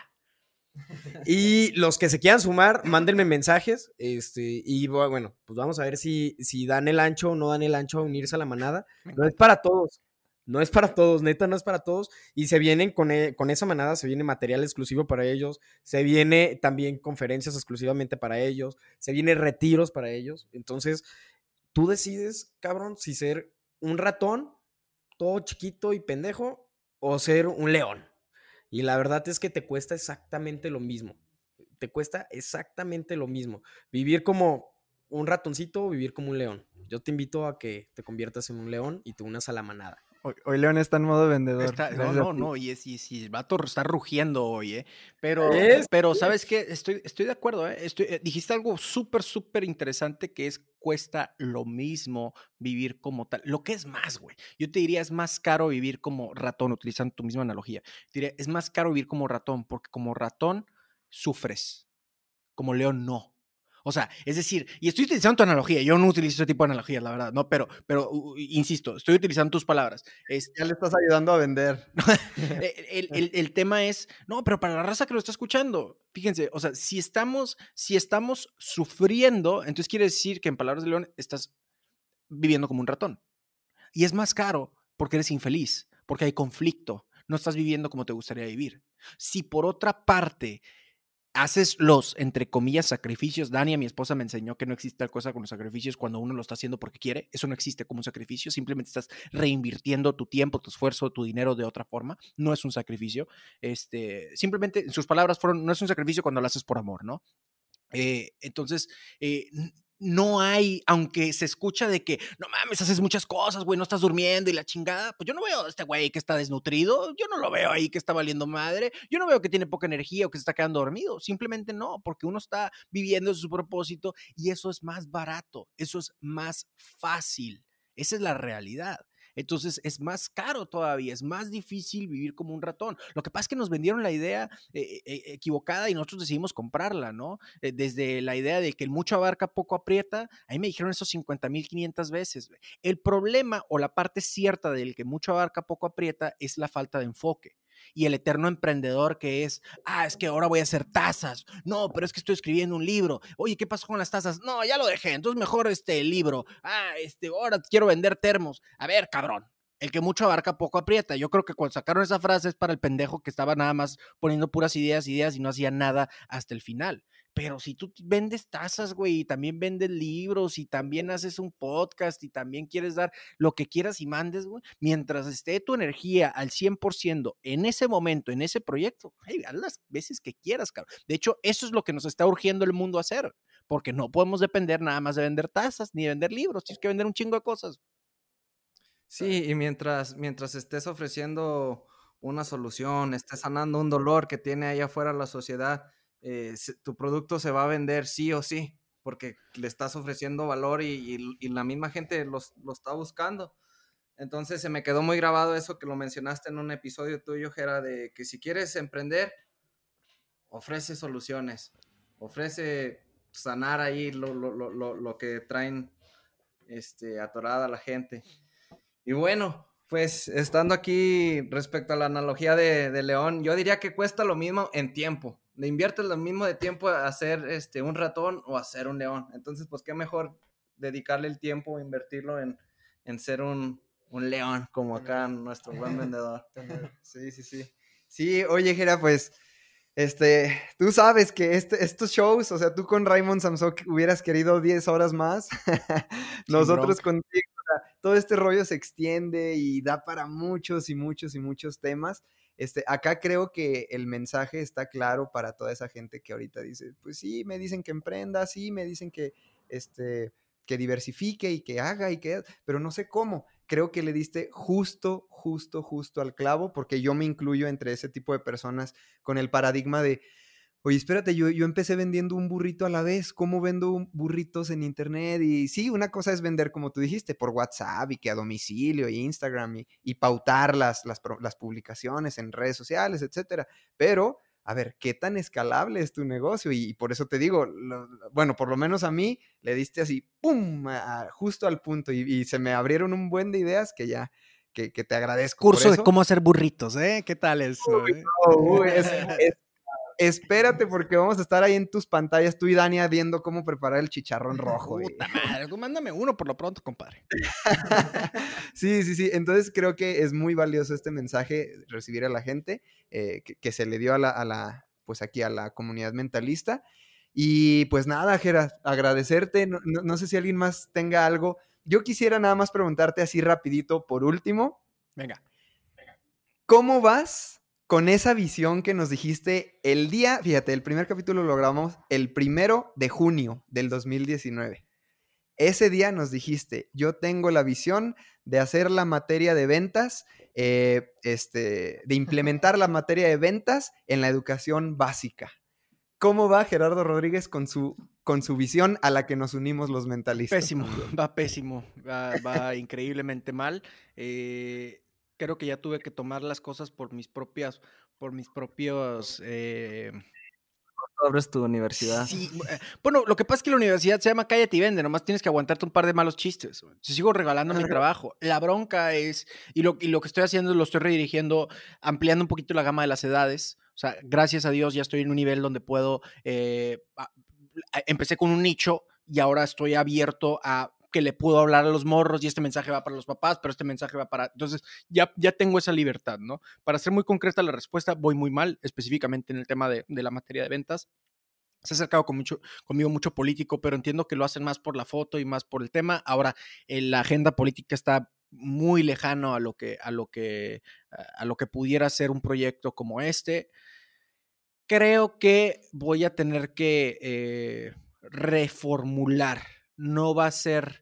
Y los que se quieran sumar, mándenme mensajes. Y bueno, pues vamos a ver si dan el ancho o no dan el ancho a unirse a la manada. No es para todos. No es para todos, neta, no es para todos. Y se vienen con esa manada, se viene material exclusivo para ellos. Se viene también conferencias exclusivamente para ellos. Se vienen retiros para ellos. Entonces, tú decides, cabrón, si ser un ratón, todo chiquito y pendejo, o ser un león. Y la verdad es que te cuesta exactamente lo mismo. Te cuesta exactamente lo mismo. Vivir como un ratoncito o vivir como un león. Yo te invito a que te conviertas en un león y te unas a la manada. Hoy León está en modo vendedor. No, y el vato está rugiendo hoy, ¿eh? Pero ¿sabes qué? Estoy de acuerdo, ¿eh? Dijiste algo súper interesante que es cuesta lo mismo vivir como tal. Lo que es más, güey. Yo te diría, es más caro vivir como ratón, utilizando tu misma analogía. Te diría, es más caro vivir como ratón, porque como ratón sufres, como león no. O sea, es decir, y estoy utilizando tu analogía, yo no utilizo ese tipo de analogías, la verdad, ¿no? Pero insisto, estoy utilizando tus palabras. Ya le estás ayudando a vender. El tema es, no, pero para la raza que lo está escuchando, fíjense, o sea, si estamos sufriendo, entonces quiere decir que en palabras de León estás viviendo como un ratón. Y es más caro porque eres infeliz, porque hay conflicto, no estás viviendo como te gustaría vivir. Si por otra parte haces los, entre comillas, sacrificios. Dani, a mi esposa, me enseñó que no existe tal cosa con los sacrificios cuando uno lo está haciendo porque quiere. Eso no existe como un sacrificio. Simplemente estás reinvirtiendo tu tiempo, tu esfuerzo, tu dinero de otra forma. No es un sacrificio. Simplemente, en sus palabras fueron, no es un sacrificio cuando lo haces por amor, ¿no? Entonces, no hay, aunque se escucha de que, no mames, haces muchas cosas, güey, no estás durmiendo y la chingada, pues yo no veo a este güey que está desnutrido, yo no lo veo ahí que está valiendo madre, yo no veo que tiene poca energía o que se está quedando dormido, simplemente no, porque uno está viviendo su propósito y eso es más barato, eso es más fácil, esa es la realidad. Entonces es más caro todavía, es más difícil vivir como un ratón. Lo que pasa es que nos vendieron la idea equivocada y nosotros decidimos comprarla, ¿no? Desde la idea de que el mucho abarca, poco aprieta, ahí me dijeron eso 50,500 veces. El problema o la parte cierta del que mucho abarca, poco aprieta es la falta de enfoque. Y el eterno emprendedor que es que ahora voy a hacer tazas. No, pero es que estoy escribiendo un libro. Oye, ¿qué pasó con las tazas? No, ya lo dejé, entonces mejor el libro. Ahora quiero vender termos. A ver, cabrón, el que mucho abarca, poco aprieta. Yo creo que cuando sacaron esa frase es para el pendejo que estaba nada más poniendo puras ideas y no hacía nada hasta el final. Pero si tú vendes tazas, güey, y también vendes libros y también haces un podcast y también quieres dar lo que quieras y mandes, güey, mientras esté tu energía al 100% en ese momento, en ese proyecto, hey, haz las veces que quieras, cabrón. De hecho, eso es lo que nos está urgiendo el mundo a hacer, porque no podemos depender nada más de vender tazas ni de vender libros, tienes que vender un chingo de cosas. Sí, y mientras estés ofreciendo una solución, estés sanando un dolor que tiene ahí afuera la sociedad, tu producto se va a vender sí o sí, porque le estás ofreciendo valor y la misma gente lo está buscando. Entonces se me quedó muy grabado eso que lo mencionaste en un episodio tuyo, Jera, de que si quieres emprender, ofrece soluciones, ofrece sanar ahí lo que traen atorada a la gente. Y bueno, pues estando aquí respecto a la analogía de León, yo diría que cuesta lo mismo en tiempo. Le inviertes lo mismo de tiempo a hacer un ratón o a ser un león. Entonces, pues qué mejor dedicarle el tiempo, invertirlo en ser un león, como acá nuestro buen vendedor. Sí, sí, sí. Sí, oye, Jera, pues, tú sabes que estos shows, o sea, tú con Raymond Samsok hubieras querido 10 horas más. Nosotros contigo, o sea, todo este rollo se extiende y da para muchos y muchos y muchos temas. Acá creo que el mensaje está claro para toda esa gente que ahorita dice, pues sí, me dicen que emprenda, sí, me dicen que diversifique y que haga pero no sé cómo. Creo que le diste justo al clavo, porque yo me incluyo entre ese tipo de personas con el paradigma de, oye, espérate, yo empecé vendiendo un burrito a la vez, ¿cómo vendo burritos en internet? Y sí, una cosa es vender, como tú dijiste, por WhatsApp y que a domicilio y Instagram y pautar las publicaciones en redes sociales, etcétera, pero a ver, ¿qué tan escalable es tu negocio? Y por eso te digo, bueno, por lo menos a mí le diste así, ¡pum!, justo al punto y se me abrieron un buen de ideas que ya, que te agradezco. Curso de cómo hacer burritos, ¿eh? ¿Qué tal eso? Espérate, porque vamos a estar ahí en tus pantallas, tú y Dania, viendo cómo preparar el chicharrón rojo. Puta madre, tú mándame uno por lo pronto, compadre. Sí. Entonces creo que es muy valioso este mensaje, recibir a la gente que se le dio pues aquí a la comunidad mentalista. Y pues nada, Jera, agradecerte. No sé si alguien más tenga algo. Yo quisiera nada más preguntarte así rapidito, por último. Venga. ¿Cómo vas con esa visión que nos dijiste el día? Fíjate, el primer capítulo lo grabamos el 1 de junio del 2019. Ese día nos dijiste, yo tengo la visión de hacer la materia de ventas, de implementar la materia de ventas en la educación básica. ¿Cómo va Gerardo Rodríguez con su visión a la que nos unimos los mentalistas? Pésimo, va pésimo, va increíblemente mal. Creo que ya tuve que tomar las cosas por mis propios Abres tu universidad. Sí, bueno, lo que pasa es que la universidad se llama Cállate y Vende, nomás tienes que aguantarte un par de malos chistes. Yo sigo regalando mi trabajo. La bronca es, y lo que estoy haciendo lo estoy redirigiendo, ampliando un poquito la gama de las edades. O sea, gracias a Dios ya estoy en un nivel donde puedo, empecé con un nicho y ahora estoy abierto a que le puedo hablar a los morros y este mensaje va para los papás, pero este mensaje va para... Entonces, ya tengo esa libertad, ¿no? Para ser muy concreta la respuesta, voy muy mal, específicamente en el tema de la materia de ventas. Se ha acercado conmigo mucho político, pero entiendo que lo hacen más por la foto y más por el tema. Ahora, la agenda política está muy lejano a lo que pudiera ser un proyecto como este. Creo que voy a tener que reformular. No va a ser,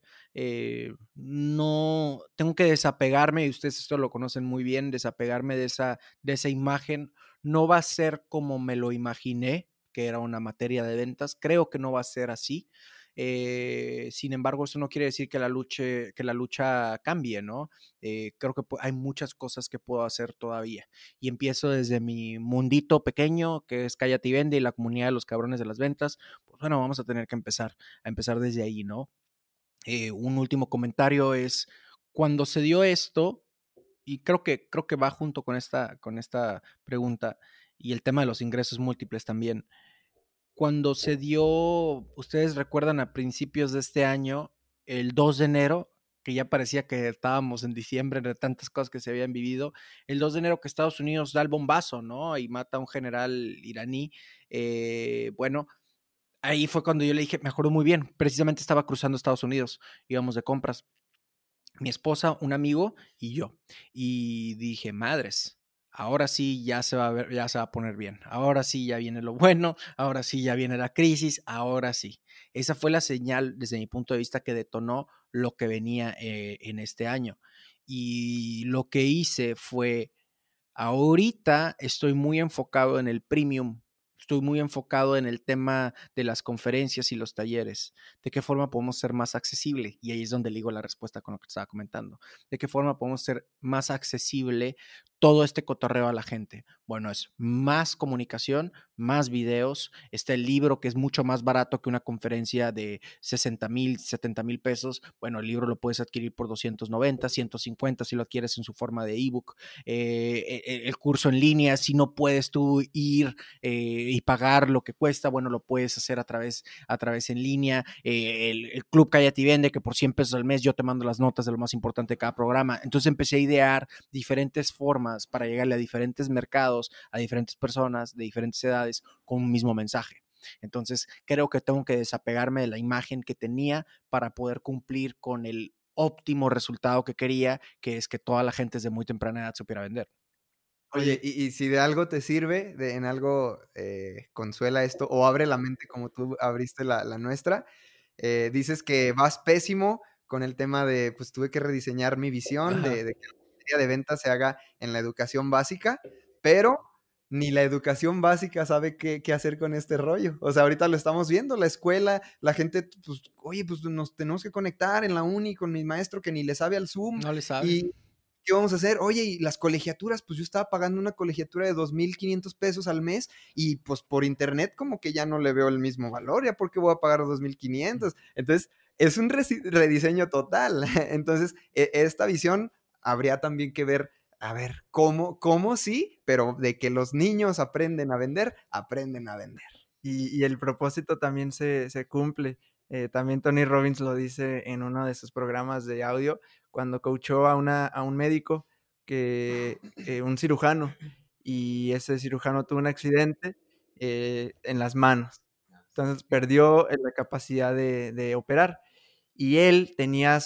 no, tengo que desapegarme, y ustedes esto lo conocen muy bien, desapegarme de esa imagen. No va a ser como me lo imaginé, que era una materia de ventas. Creo que no va a ser así. Sin embargo, eso no quiere decir que la lucha cambie, ¿no? Creo que hay muchas cosas que puedo hacer todavía. Y empiezo desde mi mundito pequeño, que es Cállate y Vende, y la comunidad de los cabrones de las ventas. Pues bueno, vamos a tener que empezar desde ahí, ¿no? Un último comentario es, cuando se dio esto, y creo que va junto con esta pregunta, y el tema de los ingresos múltiples también. Cuando se dio, ustedes recuerdan a principios de este año, el 2 de enero, que ya parecía que estábamos en diciembre de tantas cosas que se habían vivido, el 2 de enero que Estados Unidos da el bombazo, ¿no? Y mata a un general iraní. Bueno, ahí fue cuando yo le dije, me acuerdo muy bien, precisamente estaba cruzando Estados Unidos, íbamos de compras, mi esposa, un amigo y yo. Y dije, madres, ahora sí ya se va a ver, ya se va a poner bien. Ahora sí ya viene lo bueno, ahora sí ya viene la crisis, ahora sí. Esa fue la señal, desde mi punto de vista, que detonó lo que venía en este año. Y lo que hice fue, ahorita estoy muy enfocado en el premium. Estoy muy enfocado en el tema de las conferencias y los talleres. ¿De qué forma podemos ser más accesible? Y ahí es donde ligo la respuesta con lo que te estaba comentando. ¿De qué forma podemos ser más accesible todo este cotorreo a la gente? Bueno, es más comunicación, más videos. Está el libro, que es mucho más barato que una conferencia de 60,000, 70,000 pesos. Bueno, el libro lo puedes adquirir por 290, 150 si lo adquieres en su forma de ebook. El curso en línea, si no puedes tú ir y pagar lo que cuesta, bueno, lo puedes hacer a través en línea. El Club Cállate y Vende, que por 100 pesos al mes yo te mando las notas de lo más importante de cada programa. Entonces empecé a idear diferentes formas para llegarle a diferentes mercados, a diferentes personas de diferentes edades con un mismo mensaje. Entonces creo que tengo que desapegarme de la imagen que tenía para poder cumplir con el óptimo resultado que quería, que es que toda la gente desde muy temprana edad supiera vender. Oye, y si de algo te sirve, en algo consuela esto, o abre la mente como tú abriste la nuestra, dices que vas pésimo con el tema de, pues tuve que rediseñar mi visión de que la materia de ventas se haga en la educación básica, pero ni la educación básica sabe qué hacer con este rollo. O sea, ahorita lo estamos viendo, la escuela, la gente, pues, oye, pues nos tenemos que conectar en la uni con mi maestro que ni le sabe al Zoom. No le sabe. Y ¿qué vamos a hacer? Oye, y las colegiaturas, pues yo estaba pagando una colegiatura de 2,500 pesos al mes y pues por internet como que ya no le veo el mismo valor, ya porque voy a pagar 2,500. Entonces, es un rediseño total. Entonces, esta visión habría también que ver, a ver, cómo sí, pero de que los niños aprenden a vender. Y el propósito también se cumple. También Tony Robbins lo dice en uno de sus programas de audio, cuando coachó a un médico, un cirujano, y ese cirujano tuvo un accidente en las manos. Entonces perdió la capacidad de operar. Y él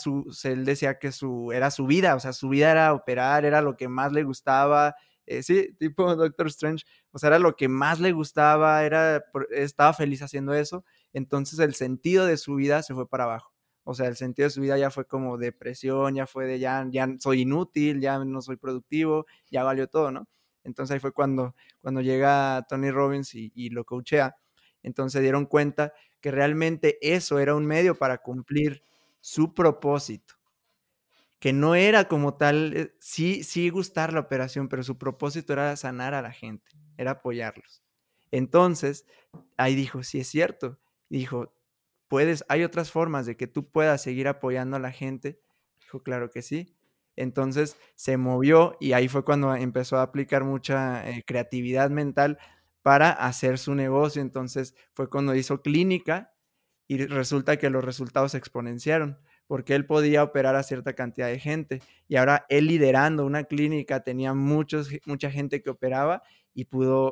decía que era su vida, o sea, su vida era operar, era lo que más le gustaba. Sí, tipo Doctor Strange, o sea, era lo que más le gustaba, estaba feliz haciendo eso. Entonces el sentido de su vida se fue para abajo. O sea, el sentido de su vida ya fue como depresión, ya fue de ya soy inútil, ya no soy productivo, ya valió todo, ¿no? Entonces ahí fue cuando llega Tony Robbins y lo coachea. Entonces se dieron cuenta que realmente eso era un medio para cumplir su propósito, que no era como tal, sí gustar la operación, pero su propósito era sanar a la gente, era apoyarlos. Entonces, ahí dijo, sí es cierto, dijo, hay otras formas de que tú puedas seguir apoyando a la gente. Dijo, claro que sí. Entonces se movió y ahí fue cuando empezó a aplicar mucha creatividad mental para hacer su negocio. Entonces fue cuando hizo clínica y resulta que los resultados se exponenciaron porque él podía operar a cierta cantidad de gente y ahora él liderando una clínica tenía mucha gente que operaba y pudo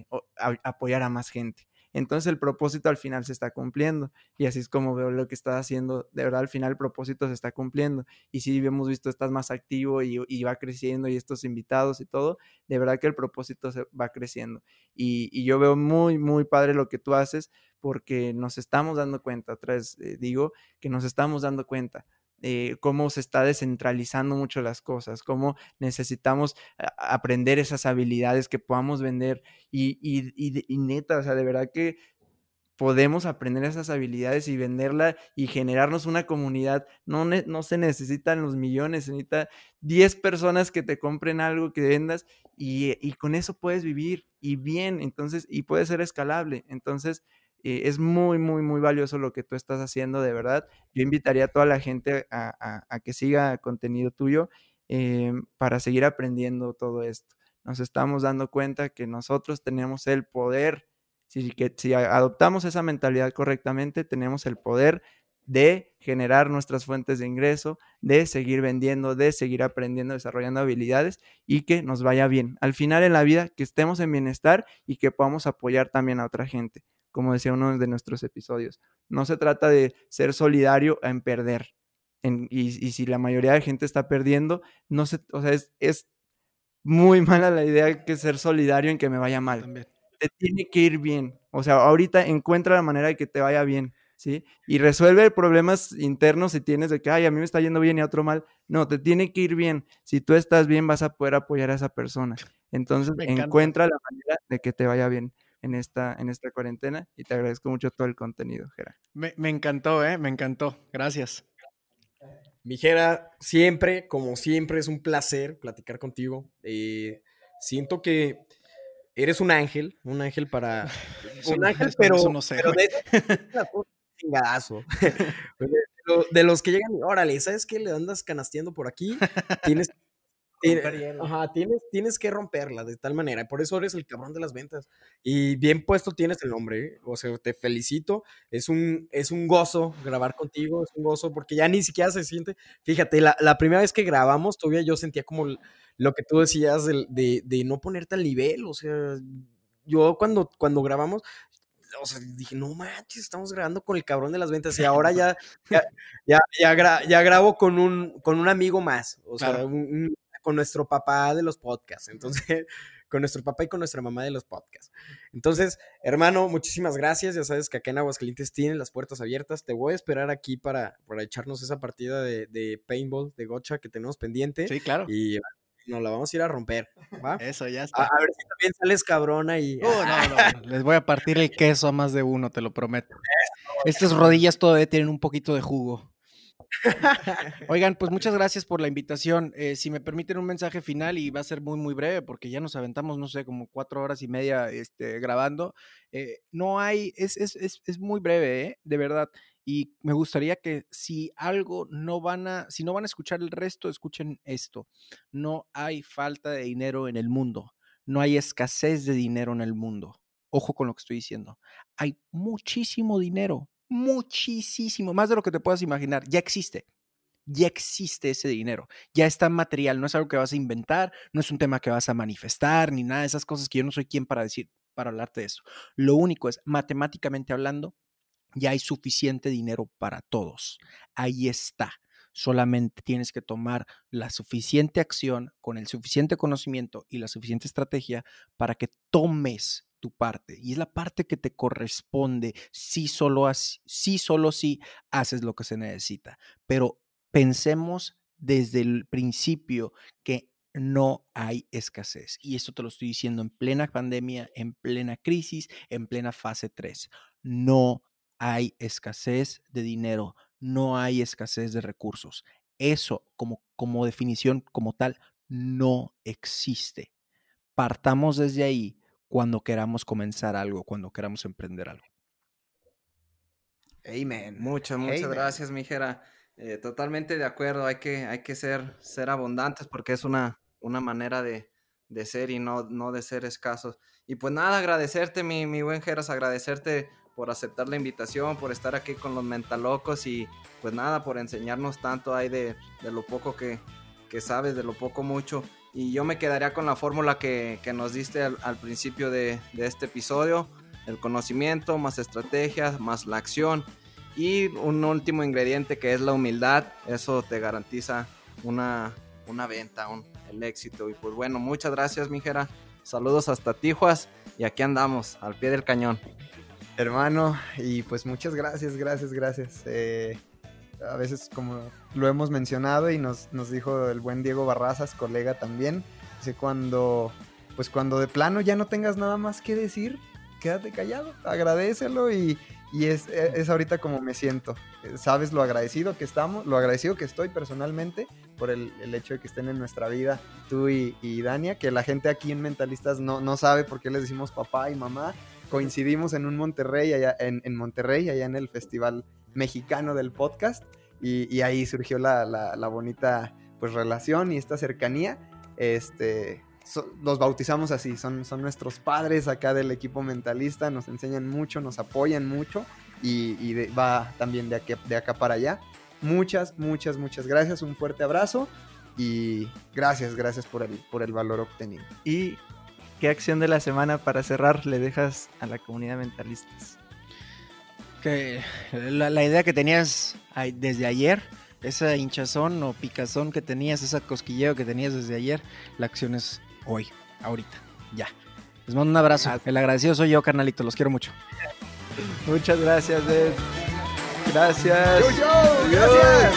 apoyar a más gente. Entonces el propósito al final se está cumpliendo y así es como veo lo que estás haciendo, de verdad al final el propósito se está cumpliendo y sí hemos visto estás más activo y va creciendo y estos invitados y todo, de verdad que el propósito se va creciendo y yo veo muy muy padre lo que tú haces porque nos estamos dando cuenta, otra vez digo que nos estamos dando cuenta cómo se está descentralizando mucho las cosas, cómo necesitamos aprender esas habilidades que podamos vender y neta, o sea, de verdad que podemos aprender esas habilidades y venderla y generarnos una comunidad. No se necesitan los millones, se necesita 10 personas que te compren algo que vendas y con eso puedes vivir y bien, entonces, y puede ser escalable. Entonces, es muy, muy, muy valioso lo que tú estás haciendo, de verdad. Yo invitaría a toda la gente a que siga contenido tuyo para seguir aprendiendo todo esto. Nos estamos dando cuenta que nosotros tenemos el poder. Si adoptamos esa mentalidad correctamente, tenemos el poder de generar nuestras fuentes de ingreso, de seguir vendiendo, de seguir aprendiendo, desarrollando habilidades y que nos vaya bien. Al final en la vida, que estemos en bienestar y que podamos apoyar también a otra gente, como decía uno de nuestros episodios. No se trata de ser solidario en perder. Y si la mayoría de gente está perdiendo, o sea, es muy mala la idea que ser solidario en que me vaya mal. También. Te tiene que ir bien. O sea, ahorita encuentra la manera de que te vaya bien, ¿sí? Y resuelve problemas internos si tienes de que, a mí me está yendo bien y a otro mal. No, te tiene que ir bien. Si tú estás bien, vas a poder apoyar a esa persona. Entonces, encuentra la manera de que te vaya bien en esta cuarentena y te agradezco mucho todo el contenido, Gera. Me encantó, me encantó. Gracias. Mi Gera, siempre, como siempre, es un placer platicar contigo. Siento que eres un ángel para... un ángel, pero no sé, pero de chingadazo. De los que llegan, órale, ¿sabes qué? Le andas canasteando por aquí, tienes Romper hielo. Ajá, tienes que romperla de tal manera. Por eso eres el cabrón de las ventas. Y bien puesto tienes el nombre, ¿eh? O sea, te felicito. Es un gozo grabar contigo, es un gozo porque ya ni siquiera se siente. Fíjate, la primera vez que grabamos, todavía yo sentía como lo que tú decías de no ponerte al nivel. O sea, yo cuando grabamos, o sea, dije, no manches, estamos grabando con el cabrón de las ventas y ahora ya grabo con un amigo más, o sea, Claro. con nuestro papá de los podcasts, entonces, con nuestro papá y con nuestra mamá de los podcasts. Entonces, hermano, muchísimas gracias, ya sabes que acá en Aguascalientes tienen las puertas abiertas, te voy a esperar aquí para echarnos esa partida de paintball, de gocha que tenemos pendiente. Sí, claro. Y nos la vamos a ir a romper, ¿va? Eso ya A está. ver si también sales cabrona y... No. Les voy a partir el queso a más de uno, te lo prometo. Estas rodillas todavía tienen un poquito de jugo. Oigan, pues muchas gracias por la invitación. Si me permiten un mensaje final, y va a ser muy, muy breve, porque ya nos aventamos, no sé, como 4 horas y media grabando. No hay, es muy breve, de verdad. Y me gustaría que si no van a escuchar el resto, escuchen esto. No hay falta de dinero en el mundo. No hay escasez de dinero en el mundo. Ojo con lo que estoy diciendo. Hay muchísimo dinero, muchísimo, más de lo que te puedas imaginar. Ya existe ese dinero, ya está material, no es algo que vas a inventar, no es un tema que vas a manifestar, ni nada de esas cosas que yo no soy quien para hablarte de eso. Lo único es, matemáticamente hablando, ya hay suficiente dinero para todos. Ahí está. Solamente tienes que tomar la suficiente acción con el suficiente conocimiento y la suficiente estrategia para que tomes tu parte. Y es la parte que te corresponde si solo si haces lo que se necesita. Pero pensemos desde el principio que no hay escasez. Y esto te lo estoy diciendo en plena pandemia, en plena crisis, en plena fase 3. No hay escasez de dinero, no hay escasez de recursos. Eso como definición como tal no existe. Partamos desde ahí cuando queramos comenzar algo, cuando queramos emprender algo. Amen. Muchas gracias, Mijera. Totalmente de acuerdo, hay que ser abundantes porque es una manera de ser y no de ser escasos. Y pues nada, agradecerte, mi buen Jeras, agradecerte por aceptar la invitación, por estar aquí con los Mentalocos y pues nada, por enseñarnos tanto ahí de lo poco que sabes, de lo poco mucho. Y yo me quedaría con la fórmula que nos diste al principio de este episodio: el conocimiento, más estrategias, más la acción. Y un último ingrediente que es la humildad. Eso te garantiza una venta, el éxito. Y pues bueno, muchas gracias, Mijera. Saludos hasta Tijuas y aquí andamos, al pie del cañón. Hermano, y pues muchas gracias. A veces, como lo hemos mencionado y nos dijo el buen Diego Barrazas, colega también, dice cuando de plano ya no tengas nada más que decir, quédate callado, agradécelo y es ahorita como me siento. Sabes lo agradecido que estamos, lo agradecido que estoy personalmente por el hecho de que estén en nuestra vida tú y Dania, que la gente aquí en Mentalistas no sabe por qué les decimos papá y mamá. Coincidimos en un Monterrey, allá en Monterrey, allá en el Festival Mexicano del Podcast, y ahí surgió la bonita pues relación y esta cercanía. Los bautizamos así, son nuestros padres acá del equipo Mentalista, nos enseñan mucho, nos apoyan mucho y va también de acá para allá. Muchas gracias, un fuerte abrazo y gracias por el valor obtenido. Y ¿qué acción de la semana para cerrar le dejas a la comunidad Mentalistas? Que la idea que tenías desde ayer, esa hinchazón o picazón que tenías, ese cosquilleo que tenías desde ayer, la acción es hoy, ahorita, ya. Les mando un abrazo. El agradecido soy yo, carnalito. Los quiero mucho. Muchas gracias, Ed. Gracias. Gracias.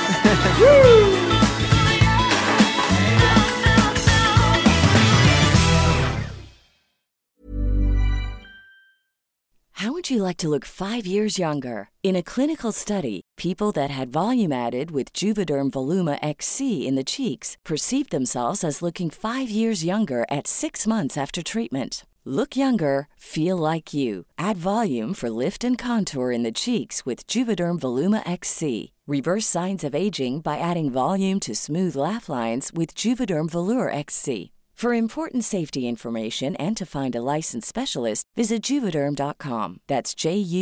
How would you like to look 5 years younger? In a clinical study, people that had volume added with Juvederm Voluma XC in the cheeks perceived themselves as looking 5 years younger at 6 months after treatment. Look younger, feel like you. Add volume for lift and contour in the cheeks with Juvederm Voluma XC. Reverse signs of aging by adding volume to smooth laugh lines with Juvederm Volure XC. For important safety information and to find a licensed specialist, visit Juvederm.com. That's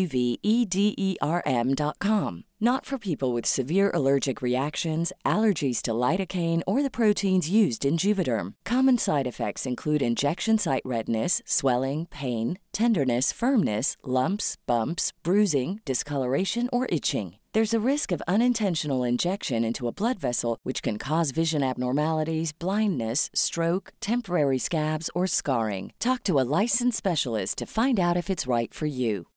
JUVEDERM.com. Not for people with severe allergic reactions, allergies to lidocaine, or the proteins used in Juvederm. Common side effects include injection site redness, swelling, pain, tenderness, firmness, lumps, bumps, bruising, discoloration, or itching. There's a risk of unintentional injection into a blood vessel, which can cause vision abnormalities, blindness, stroke, temporary scabs, or scarring. Talk to a licensed specialist to find out if it's right for you.